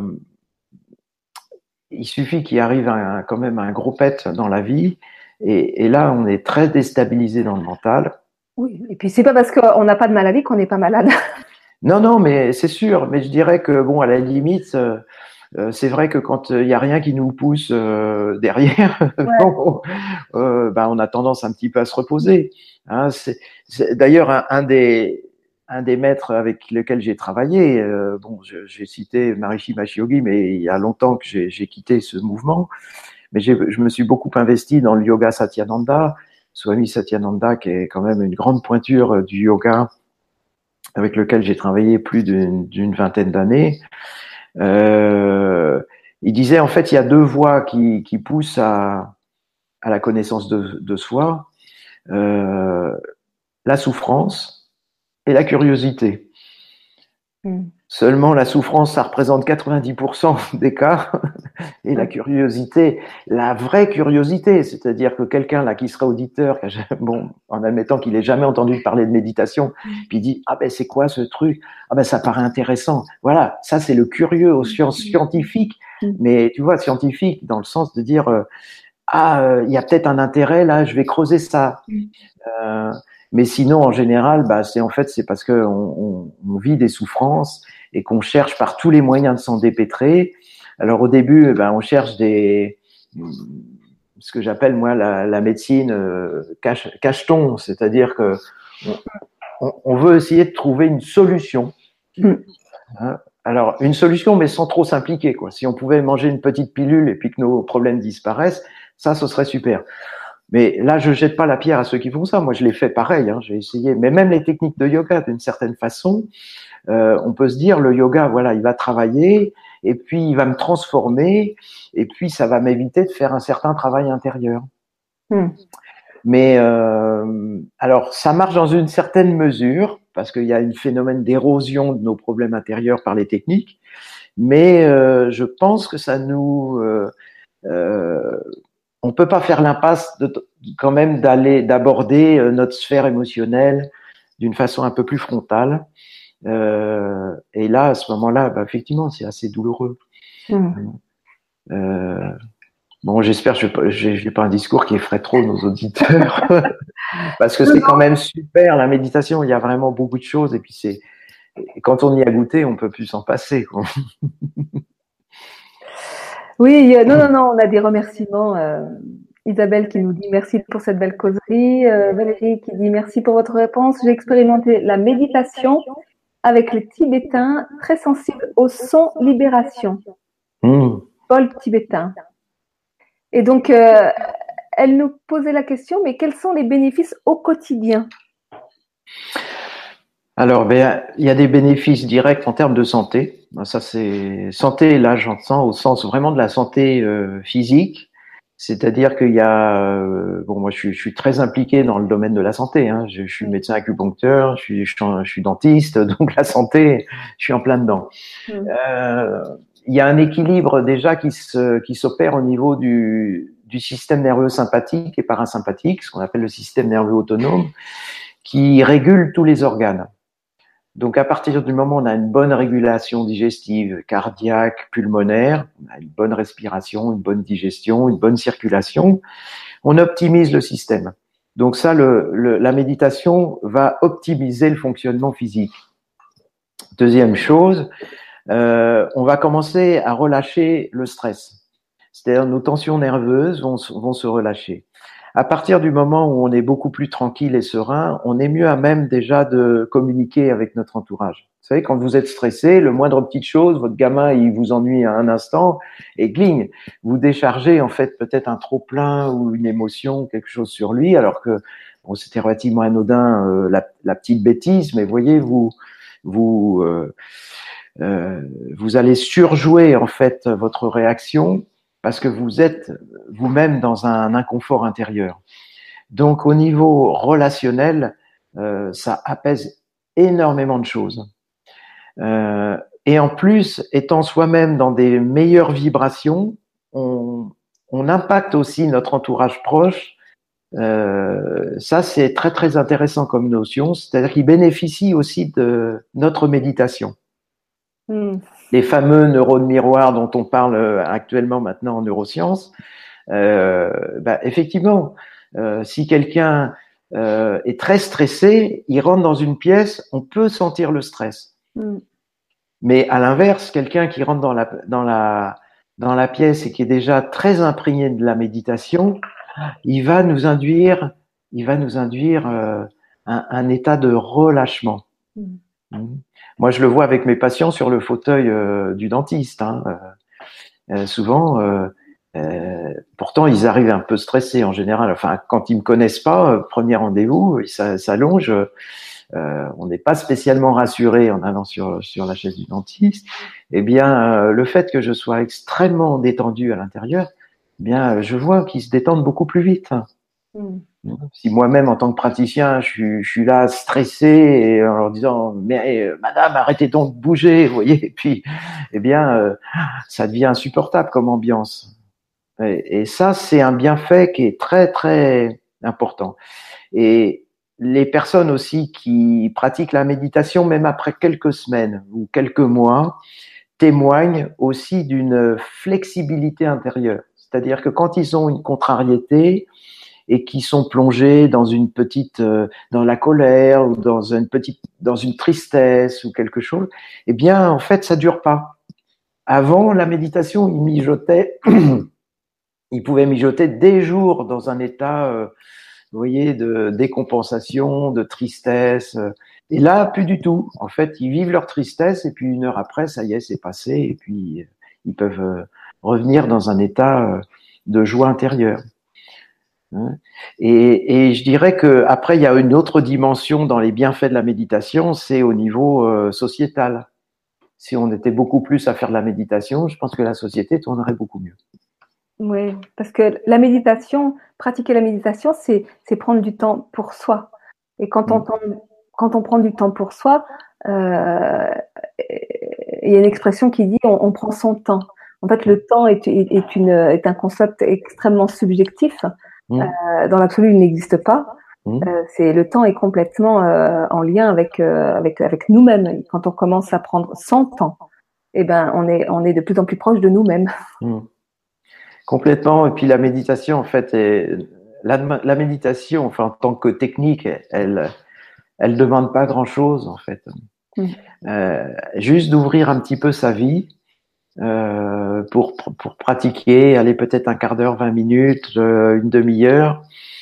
il suffit qu'il arrive quand même un gros pet dans la vie, et là, on est très déstabilisé dans le mental. Oui, et puis c'est pas parce qu'on n'a pas de maladie qu'on n'est pas malade. Non, mais c'est sûr. Mais je dirais que bon, à la limite, c'est vrai que quand il y a rien qui nous pousse derrière, Ouais. bon, on a tendance un petit peu à se reposer. Hein, c'est d'ailleurs un des maîtres avec lesquels j'ai travaillé. J'ai cité Maharishi Mahesh Yogi, mais il y a longtemps que j'ai quitté ce mouvement. Mais je me suis beaucoup investi dans le yoga Satyananda, Swami Satyananda, qui est quand même une grande pointure du yoga, avec lequel j'ai travaillé plus d'une vingtaine d'années. Il disait, en fait, il y a deux voies qui poussent à la connaissance de soi, la souffrance et la curiosité. Seulement, la souffrance, ça représente 90% des cas, et la curiosité, la vraie curiosité, c'est-à-dire que quelqu'un là qui serait auditeur, bon, en admettant qu'il ait jamais entendu parler de méditation, puis il dit ah ben c'est quoi ce truc, ah ben ça paraît intéressant, voilà, ça c'est le curieux au sens scientifique, mais tu vois scientifique dans le sens de dire il y a peut-être un intérêt là, je vais creuser ça. Mais sinon, en général, c'est parce que on vit des souffrances et qu'on cherche par tous les moyens de s'en dépêtrer. Alors au début, on cherche ce que j'appelle moi la médecine cacheton, c'est-à-dire que on veut essayer de trouver une solution. Hein, alors une solution, mais sans trop s'impliquer, quoi. Si on pouvait manger une petite pilule et puis que nos problèmes disparaissent, ça, ce serait super. Mais là, je jette pas la pierre à ceux qui font ça. Moi, je l'ai fait pareil. Hein, j'ai essayé. Mais même les techniques de yoga, d'une certaine façon, on peut se dire, le yoga, voilà, il va travailler, et puis il va me transformer, et puis ça va m'éviter de faire un certain travail intérieur. Mais alors, ça marche dans une certaine mesure, parce qu'il y a un phénomène d'érosion de nos problèmes intérieurs par les techniques. Mais je pense que ça nous on peut pas faire l'impasse quand même d'aborder notre sphère émotionnelle d'une façon un peu plus frontale. Et là, à ce moment-là, effectivement, c'est assez douloureux. Bon, j'espère que j'ai pas un discours qui effraie trop nos auditeurs, parce que c'est quand même super la méditation. Il y a vraiment beaucoup de choses, et puis quand on y a goûté, on peut plus s'en passer, quoi. Oui, non, on a des remerciements. Isabelle qui nous dit merci pour cette belle causerie. Valérie qui dit merci pour votre réponse. J'ai expérimenté la méditation avec les Tibétains, très sensibles au son libération. Paul tibétain. Et donc, elle nous posait la question, mais quels sont les bénéfices au quotidien ? Alors, il y a des bénéfices directs en termes de santé. Ça, c'est santé, là, j'entends au sens vraiment de la santé physique. C'est-à-dire qu'il y a, moi, je suis très impliqué dans le domaine de la santé. Hein. Je suis médecin acupuncteur, je suis dentiste, donc la santé, je suis en plein dedans. Il y a un équilibre déjà qui s'opère au niveau du système nerveux sympathique et parasympathique, ce qu'on appelle le système nerveux autonome, qui régule tous les organes. Donc, à partir du moment où on a une bonne régulation digestive, cardiaque, pulmonaire, on a une bonne respiration, une bonne digestion, une bonne circulation, on optimise le système. Donc ça, la méditation va optimiser le fonctionnement physique. Deuxième chose, on va commencer à relâcher le stress. C'est-à-dire nos tensions nerveuses vont se relâcher. À partir du moment où on est beaucoup plus tranquille et serein, on est mieux à même déjà de communiquer avec notre entourage. savez, quand vous êtes stressé, le moindre petite chose, votre gamin, il vous ennuie à un instant et gling, vous déchargez en fait peut-être un trop plein ou une émotion, quelque chose sur lui, alors que bon, c'était relativement anodin la petite bêtise, mais voyez, vous vous allez surjouer en fait votre réaction parce que vous êtes vous-même dans un inconfort intérieur. Donc au niveau relationnel, ça apaise énormément de choses. Et en plus, étant soi-même dans des meilleures vibrations, on impacte aussi notre entourage proche. Ça, c'est très très intéressant comme notion, c'est-à-dire qu'il bénéficie aussi de notre méditation. Les fameux neurones miroirs dont on parle actuellement maintenant en neurosciences, effectivement, si quelqu'un est très stressé, il rentre dans une pièce, on peut sentir le stress. Mais à l'inverse, quelqu'un qui rentre dans la pièce et qui est déjà très imprégné de la méditation, il va nous induire un état de relâchement. Moi, je le vois avec mes patients sur le fauteuil du dentiste. Souvent, pourtant, ils arrivent un peu stressés en général. Enfin, quand ils me connaissent pas, premier rendez-vous, ils s'allongent. On n'est pas spécialement rassuré en allant sur la chaise du dentiste. Eh bien, le fait que je sois extrêmement détendu à l'intérieur, eh bien, je vois qu'ils se détendent beaucoup plus vite. Si moi-même, en tant que praticien, je suis là stressé et en leur disant mais madame, arrêtez donc de bouger, vous voyez, et puis eh bien ça devient insupportable comme ambiance. Et ça, c'est un bienfait qui est très très important. Et les personnes aussi qui pratiquent la méditation, même après quelques semaines ou quelques mois, témoignent aussi d'une flexibilité intérieure. C'est-à-dire que quand ils ont une contrariété et qui sont plongés dans une petite, dans la colère ou dans une tristesse ou quelque chose, eh bien, en fait, ça dure pas. Avant, la méditation, ils pouvaient mijoter des jours dans un état, vous voyez, de décompensation, de tristesse. Et là, plus du tout. En fait, ils vivent leur tristesse et puis une heure après, ça y est, c'est passé et puis ils peuvent revenir dans un état de joie intérieure. Et je dirais que après il y a une autre dimension dans les bienfaits de la méditation, c'est au niveau sociétal. Si on était beaucoup plus à faire de la méditation, je pense que la société tournerait beaucoup mieux. Oui, parce que la méditation, pratiquer la méditation, c'est prendre du temps pour soi. Et quand on prend du temps pour soi, il y a une expression qui dit on prend son temps. En fait, le temps est un concept extrêmement subjectif. Dans l'absolu, il n'existe pas. Le temps est complètement en lien avec nous-mêmes. Quand on commence à prendre son temps, eh ben on est de plus en plus proche de nous-mêmes. Complètement. Et puis la méditation, en fait, la méditation, enfin en tant que technique, elle demande pas grand-chose, en fait. Juste d'ouvrir un petit peu sa vie. Pour pratiquer, aller peut-être un quart d'heure, 20 minutes, une demi-heure.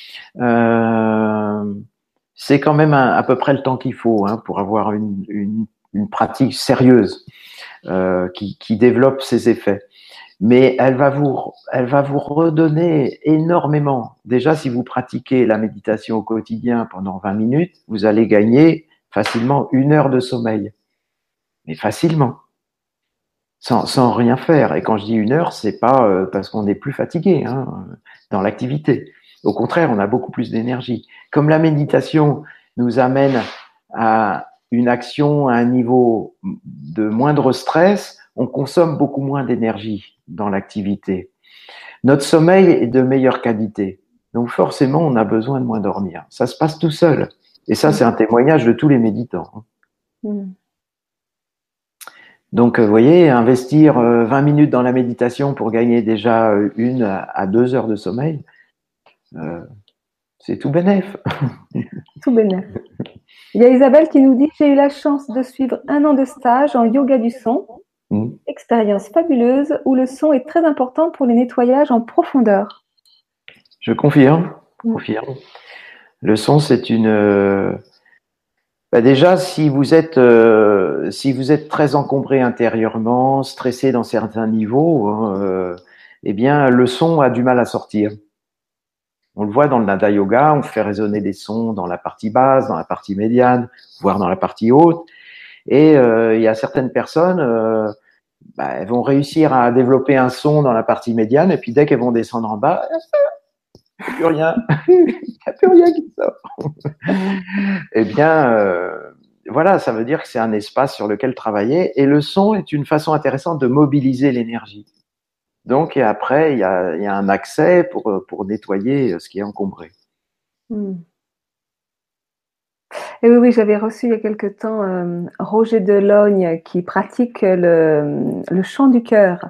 C'est quand même à peu près le temps qu'il faut pour avoir une pratique sérieuse qui développe ses effets. Mais elle va vous redonner énormément. Déjà, si vous pratiquez la méditation au quotidien pendant 20 minutes, vous allez gagner facilement 1 heure de sommeil. Mais facilement. Sans rien faire. Et quand je dis 1 heure, c'est pas parce qu'on est plus fatigué dans l'activité. Au contraire, on a beaucoup plus d'énergie. Comme la méditation nous amène à une action à un niveau de moindre stress, on consomme beaucoup moins d'énergie dans l'activité. Notre sommeil est de meilleure qualité. Donc forcément, on a besoin de moins dormir. Ça se passe tout seul. Et ça, c'est un témoignage de tous les méditants. Donc, vous voyez, investir 20 minutes dans la méditation pour gagner déjà 1 à 2 heures de sommeil, c'est tout bénef. Tout bénef. Il y a Isabelle qui nous dit « J'ai eu la chance de suivre 1 an de stage en yoga du son. Expérience fabuleuse où le son est très important pour les nettoyages en profondeur. » Je confirme. Le son, c'est Bah déjà, si vous êtes très encombré intérieurement, stressé dans certains niveaux, hein, eh bien, le son a du mal à sortir. On le voit dans le Nada Yoga, on fait résonner des sons dans la partie basse, dans la partie médiane, voire dans la partie haute. Et il y a certaines personnes, elles vont réussir à développer un son dans la partie médiane, et puis dès qu'elles vont descendre en bas, il n'y a plus rien, il n'y a plus rien qui sort. Eh bien, voilà, ça veut dire que c'est un espace sur lequel travailler, et le son est une façon intéressante de mobiliser l'énergie. Donc, et après, il y a un accès pour nettoyer ce qui est encombré. Et oui, j'avais reçu il y a quelque temps Roger Delogne qui pratique le chant du cœur.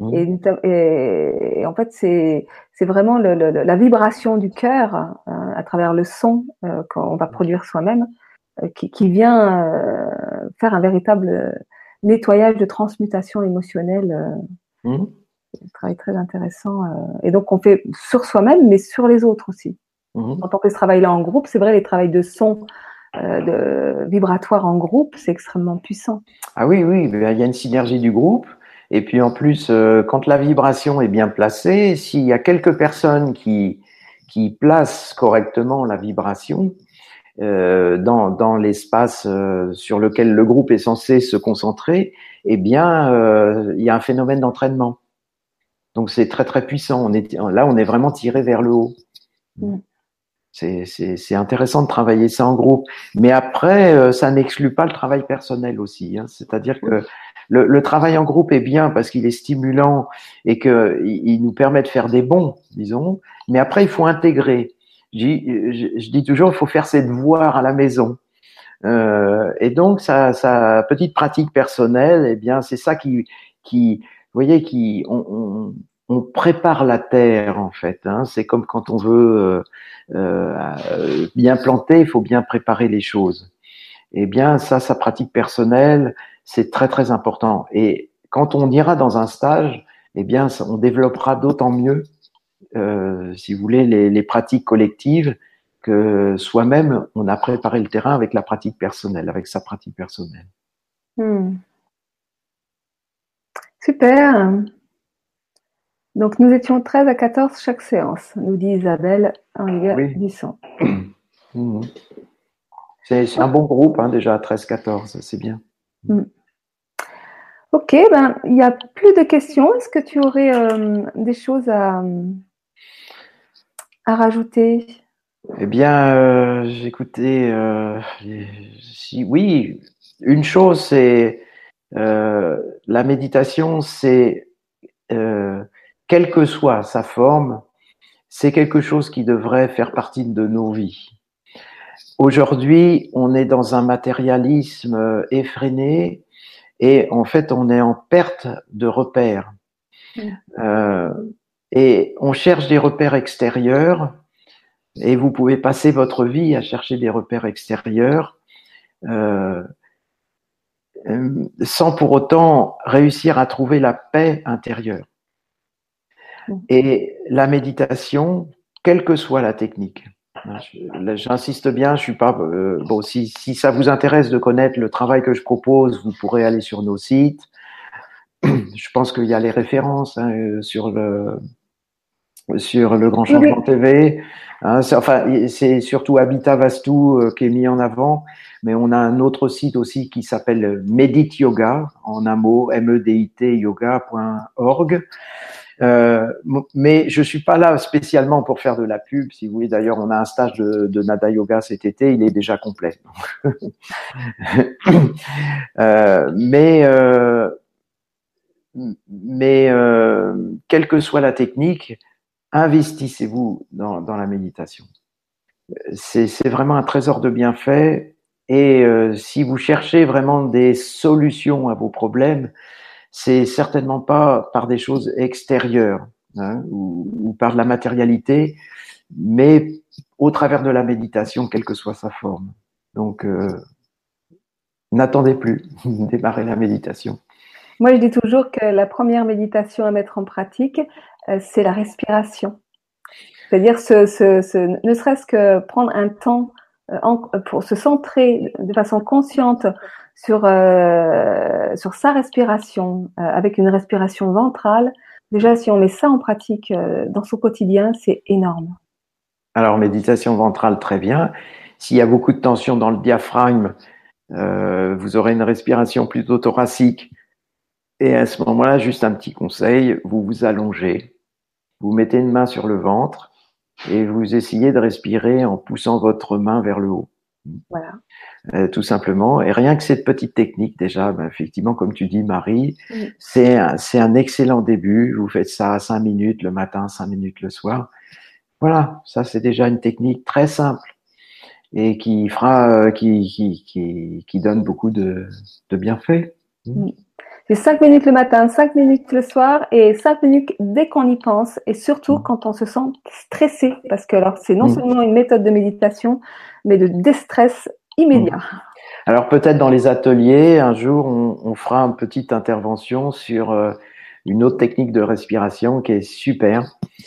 Et en fait, c'est vraiment la vibration du cœur à travers le son qu'on va produire soi-même qui vient faire un véritable nettoyage de transmutation émotionnelle. C'est un travail très intéressant. Et donc, on fait sur soi-même, mais sur les autres aussi. Quand on fait ce travail-là en groupe, c'est vrai, les travails de son vibratoire en groupe, c'est extrêmement puissant. Ah oui, il y a une synergie du groupe. Et puis en plus, quand la vibration est bien placée, s'il y a quelques personnes qui placent correctement la vibration dans l'espace sur lequel le groupe est censé se concentrer, eh bien, il y a un phénomène d'entraînement. Donc c'est très très puissant. On est vraiment tiré vers le haut. C'est intéressant de travailler ça en groupe, mais après, ça n'exclut pas le travail personnel aussi. Hein. C'est-à-dire que le travail en groupe est bien parce qu'il est stimulant et qu'il nous permet de faire des bonds, disons. Mais après, il faut intégrer. Je dis toujours, il faut faire ses devoirs à la maison. Et donc, sa petite pratique personnelle, eh bien, c'est ça vous voyez, on prépare la terre en fait. Hein. C'est comme quand on veut bien planter, il faut bien préparer les choses. Eh bien, ça, sa pratique personnelle, c'est très très important. Et quand on ira dans un stage, eh bien, on développera d'autant mieux, si vous voulez, les pratiques collectives que soi-même, on a préparé le terrain avec la pratique personnelle, avec sa pratique personnelle. Super. Donc, nous étions 13 à 14 chaque séance, nous dit Isabelle Henriet-Buisson. C'est un bon groupe, hein, déjà, 13-14, c'est bien. Ok, il n'y a plus de questions. Est-ce que tu aurais des choses à rajouter? Eh bien, j'écoutais, oui, une chose, c'est la méditation, c'est quelle que soit sa forme, c'est quelque chose qui devrait faire partie de nos vies. Aujourd'hui, on est dans un matérialisme effréné et en fait, on est en perte de repères. Et on cherche des repères extérieurs et vous pouvez passer votre vie à chercher des repères extérieurs sans pour autant réussir à trouver la paix intérieure. Et la méditation, quelle que soit la technique, j'insiste bien, je suis pas bon. Si ça vous intéresse de connaître le travail que je propose, vous pourrez aller sur nos sites. Je pense qu'il y a les références sur le Grand Changement TV. Hein, c'est surtout Habitat Vastu qui est mis en avant, mais on a un autre site aussi qui s'appelle Medit Yoga, en un mot, medit yoga.org. Mais je suis pas là spécialement pour faire de la pub. Si vous voulez, d'ailleurs, on a un stage de Nada Yoga cet été, il est déjà complet. Mais quelle que soit la technique, investissez-vous dans la méditation. C'est vraiment un trésor de bienfaits. Et si vous cherchez vraiment des solutions à vos problèmes, c'est certainement pas par des choses extérieures ou par de la matérialité, mais au travers de la méditation, quelle que soit sa forme. Donc, n'attendez plus, démarrez la méditation. Moi, je dis toujours que la première méditation à mettre en pratique, c'est la respiration. C'est-à-dire ne serait-ce que prendre un temps pour se centrer de façon consciente sur sa respiration, avec une respiration ventrale, déjà si on met ça en pratique dans son quotidien, c'est énorme. Alors, méditation ventrale, très bien. S'il y a beaucoup de tension dans le diaphragme, vous aurez une respiration plutôt thoracique. Et à ce moment-là, juste un petit conseil, vous vous allongez, vous mettez une main sur le ventre et vous essayez de respirer en poussant votre main vers le haut. Voilà. Tout simplement. Et rien que cette petite technique, déjà, effectivement, comme tu dis, Marie, c'est un excellent début. Vous faites ça 5 minutes le matin, 5 minutes le soir. Voilà, ça c'est déjà une technique très simple et qui fera, qui donne beaucoup de bienfaits. C'est 5 minutes le matin, 5 minutes le soir et 5 minutes dès qu'on y pense et surtout quand on se sent stressé parce que alors c'est non seulement une méthode de méditation mais de déstress immédiat. Alors peut-être dans les ateliers, un jour on fera une petite intervention sur une autre technique de respiration qui est super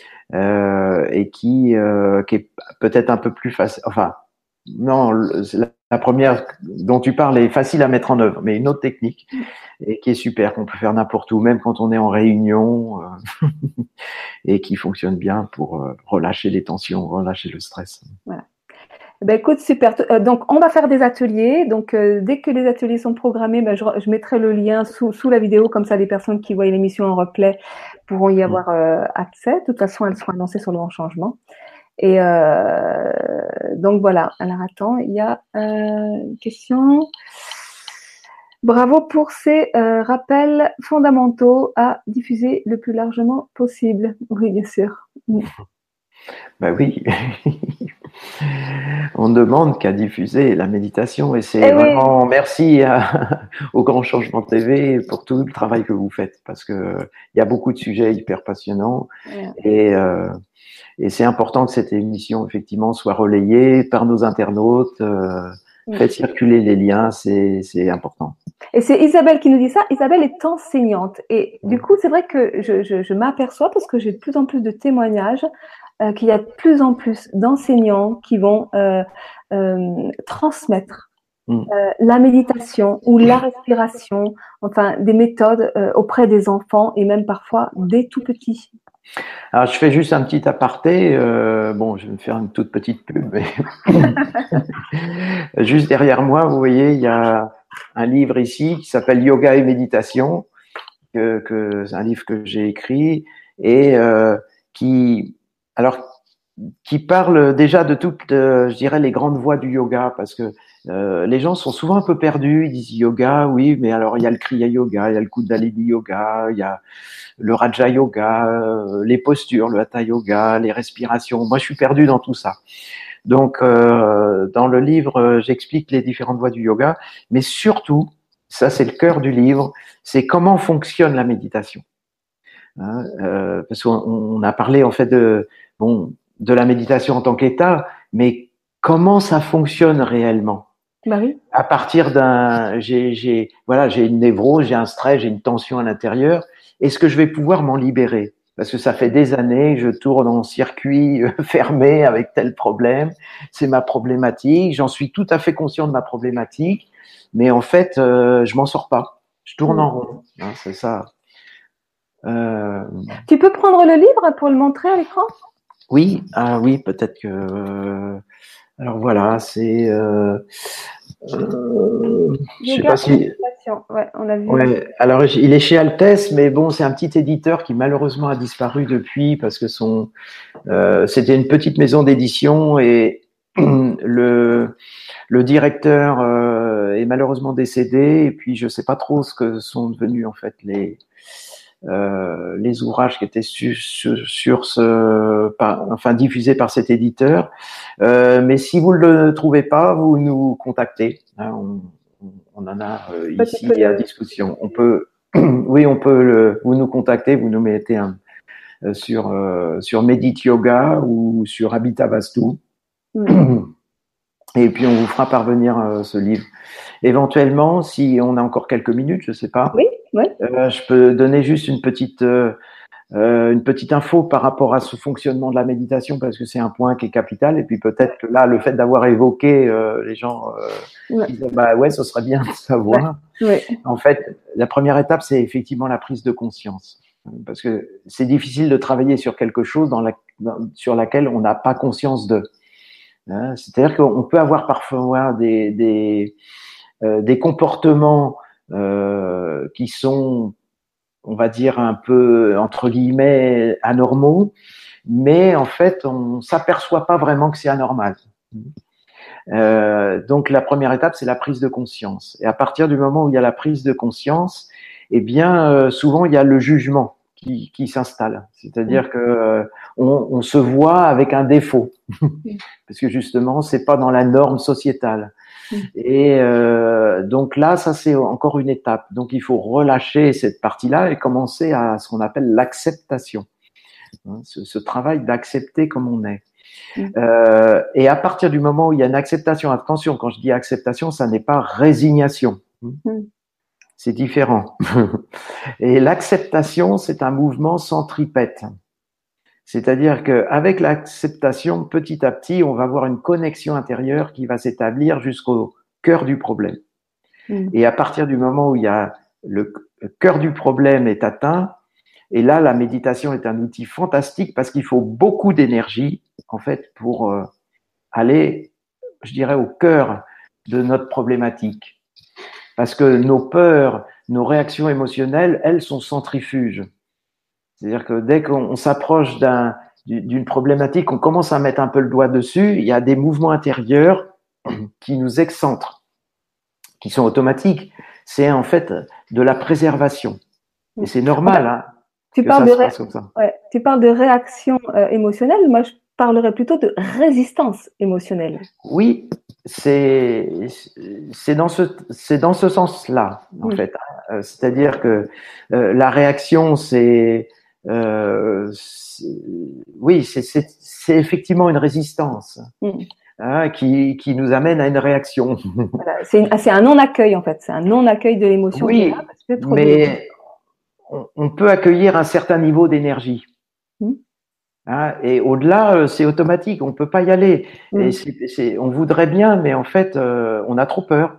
et qui est peut-être un peu plus facile. Enfin, non, la première dont tu parles est facile à mettre en œuvre, mais une autre technique et qui est super, qu'on peut faire n'importe où, même quand on est en réunion et qui fonctionne bien pour relâcher les tensions, relâcher le stress. Voilà. Ben écoute, super. Donc, on va faire des ateliers. Donc, dès que les ateliers sont programmés, je mettrai le lien sous la vidéo. Comme ça, les personnes qui voient l'émission en replay pourront y avoir accès. De toute façon, elles seront annoncées sur le Grand Changement. Et donc, voilà. Alors, attends, il y a une question. Bravo pour ces rappels fondamentaux à diffuser le plus largement possible. Oui, bien sûr. Ben oui. On ne demande qu'à diffuser la méditation et c'est vraiment merci au Grand Changement TV pour tout le travail que vous faites parce que il y a beaucoup de sujets hyper passionnants et c'est important que cette émission effectivement soit relayée par nos internautes. Faites circuler les liens, c'est important. Et c'est Isabelle qui nous dit ça. Isabelle est enseignante et du coup c'est vrai que je m'aperçois parce que j'ai de plus en plus de témoignages qu'il y a de plus en plus d'enseignants qui vont transmettre la méditation ou la respiration, enfin des méthodes auprès des enfants et même parfois des tout petits. Alors je fais juste un petit aparté, bon je vais me faire une toute petite pub, mais juste derrière moi vous voyez il y a un livre ici qui s'appelle Yoga et Méditation, c'est un livre que j'ai écrit et qui parle déjà de toutes, je dirais, les grandes voies du yoga, parce que les gens sont souvent un peu perdus. Ils disent yoga, oui, mais alors il y a le Kriya Yoga, il y a le Kundalini Yoga, il y a le Raja Yoga, les postures, le Hatha Yoga, les respirations. Moi, je suis perdu dans tout ça. Donc, dans le livre, j'explique les différentes voies du yoga, mais surtout, ça c'est le cœur du livre, c'est comment fonctionne la méditation. Hein, parce qu'on a parlé en fait de la méditation en tant qu'état, mais comment ça fonctionne réellement? Bah oui. À partir j'ai une névrose, j'ai un stress, j'ai une tension à l'intérieur. Est-ce que je vais pouvoir m'en libérer? Parce que ça fait des années que je tourne en circuit fermé avec tel problème. C'est ma problématique. J'en suis tout à fait conscient de ma problématique, mais en fait, je m'en sors pas. Je tourne en rond. Hein, c'est ça. Tu peux prendre le livre pour le montrer à l'écran? Oui, oui, peut-être que. Alors voilà, c'est. Je sais pas si. Ouais, on l'a vu. Ouais, alors il est chez Altesse, mais bon, c'est un petit éditeur qui malheureusement a disparu depuis parce que c'était une petite maison d'édition et le directeur est malheureusement décédé et puis je sais pas trop ce que sont devenus en fait les ouvrages qui étaient diffusés par cet éditeur. Mais si vous ne le trouvez pas, vous nous contactez. Hein, on en a ici à disposition. On peut, oui, vous nous contactez, vous nous mettez sur Medit Yoga ou sur Habitat Vastu. Et puis on vous fera parvenir ce livre. Éventuellement, si on a encore quelques minutes, je sais pas. Oui, oui. Je peux donner juste une petite Une petite info par rapport à ce fonctionnement de la méditation, parce que c'est un point qui est capital. Et puis peut-être que là, le fait d'avoir évoqué, les gens disaient, bah ouais, ce serait bien de savoir. Ouais. En fait, la première étape, c'est effectivement la prise de conscience, parce que c'est difficile de travailler sur quelque chose sur laquelle on n'a pas conscience de. C'est-à-dire qu'on peut avoir parfois des comportements qui sont, on va dire, un peu, entre guillemets, anormaux, mais en fait, on s'aperçoit pas vraiment que c'est anormal. Donc, la première étape, c'est la prise de conscience. Et à partir du moment où il y a la prise de conscience, eh bien, souvent, il y a le jugement qui s'installe. C'est-à-dire que on se voit avec un défaut, parce que justement, c'est pas dans la norme sociétale. Et donc là, ça c'est encore une étape. Donc il faut relâcher cette partie-là et commencer à ce qu'on appelle l'acceptation. Ce travail d'accepter comme on est. Et à partir du moment où il y a une acceptation, attention, quand je dis acceptation, ça n'est pas résignation. C'est différent. Et l'acceptation, c'est un mouvement centripète. C'est-à-dire qu'avec l'acceptation, petit à petit, on va avoir une connexion intérieure qui va s'établir jusqu'au cœur du problème. Et à partir du moment où il y a le cœur du problème est atteint, et là, la méditation est un outil fantastique parce qu'il faut beaucoup d'énergie, en fait, pour aller, je dirais, au cœur de notre problématique. Parce que nos peurs, nos réactions émotionnelles, elles sont centrifuges. C'est-à-dire que dès qu'on s'approche d'une problématique, on commence à mettre un peu le doigt dessus, il y a des mouvements intérieurs qui nous excentrent, qui sont automatiques. C'est en fait de la préservation. Et c'est normal, hein, tu parles ça se passe comme ça. Ouais, tu parles de réaction émotionnelle, moi je parlerais plutôt de résistance émotionnelle. Oui, c'est dans ce sens-là, en fait. C'est-à-dire que la réaction, oui, c'est effectivement une résistance qui nous amène à une réaction. Voilà, c'est un non-accueil en fait, c'est un non-accueil de l'émotion. Oui, mais on peut accueillir un certain niveau d'énergie. Et au-delà, c'est automatique, on peut pas y aller. Et on voudrait bien, mais en fait, on a trop peur.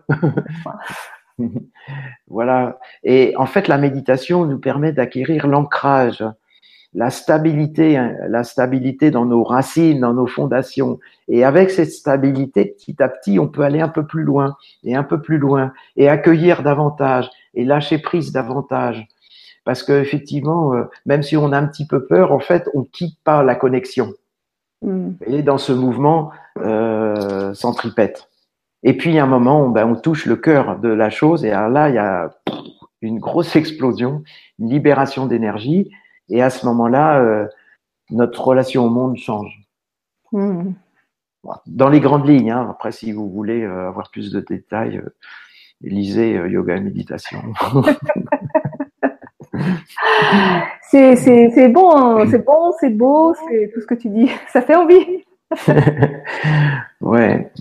Voilà. Et en fait, la méditation nous permet d'acquérir l'ancrage, la stabilité dans nos racines, dans nos fondations. Et avec cette stabilité, petit à petit, on peut aller un peu plus loin et un peu plus loin et accueillir davantage et lâcher prise davantage. Parce que effectivement, même si on a un petit peu peur, en fait, on quitte pas la connexion. Et dans ce mouvement centripète. Et puis, il y a un moment où on touche le cœur de la chose, et alors là, il y a une grosse explosion, une libération d'énergie, et à ce moment-là, notre relation au monde change. Dans les grandes lignes, hein. Après, si vous voulez avoir plus de détails, lisez Yoga et Méditation. C'est bon, hein. C'est bon, c'est beau, c'est tout ce que tu dis. Ça fait envie. Ouais.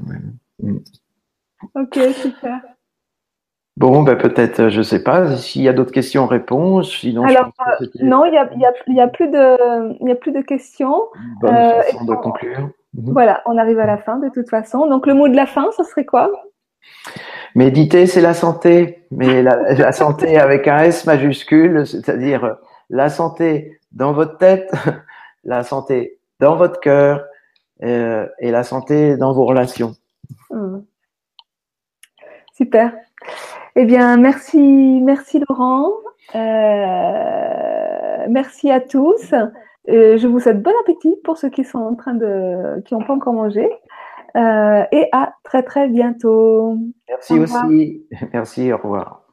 Ok, super. Bon, peut-être, je sais pas, s'il y a d'autres questions, on répond. Sinon, alors, non, il y a plus de questions. Bonne façon de conclure. Voilà, on arrive à la fin de toute façon. Donc, le mot de la fin, ce serait quoi? Méditer, c'est la santé, mais la santé avec un S majuscule, c'est-à-dire la santé dans votre tête, la santé dans votre cœur et la santé dans vos relations. Super. Eh bien, merci Laurent. Merci à tous. Je vous souhaite bon appétit pour ceux qui n'ont pas encore mangé. Et à très très bientôt. Merci aussi. Merci, au revoir.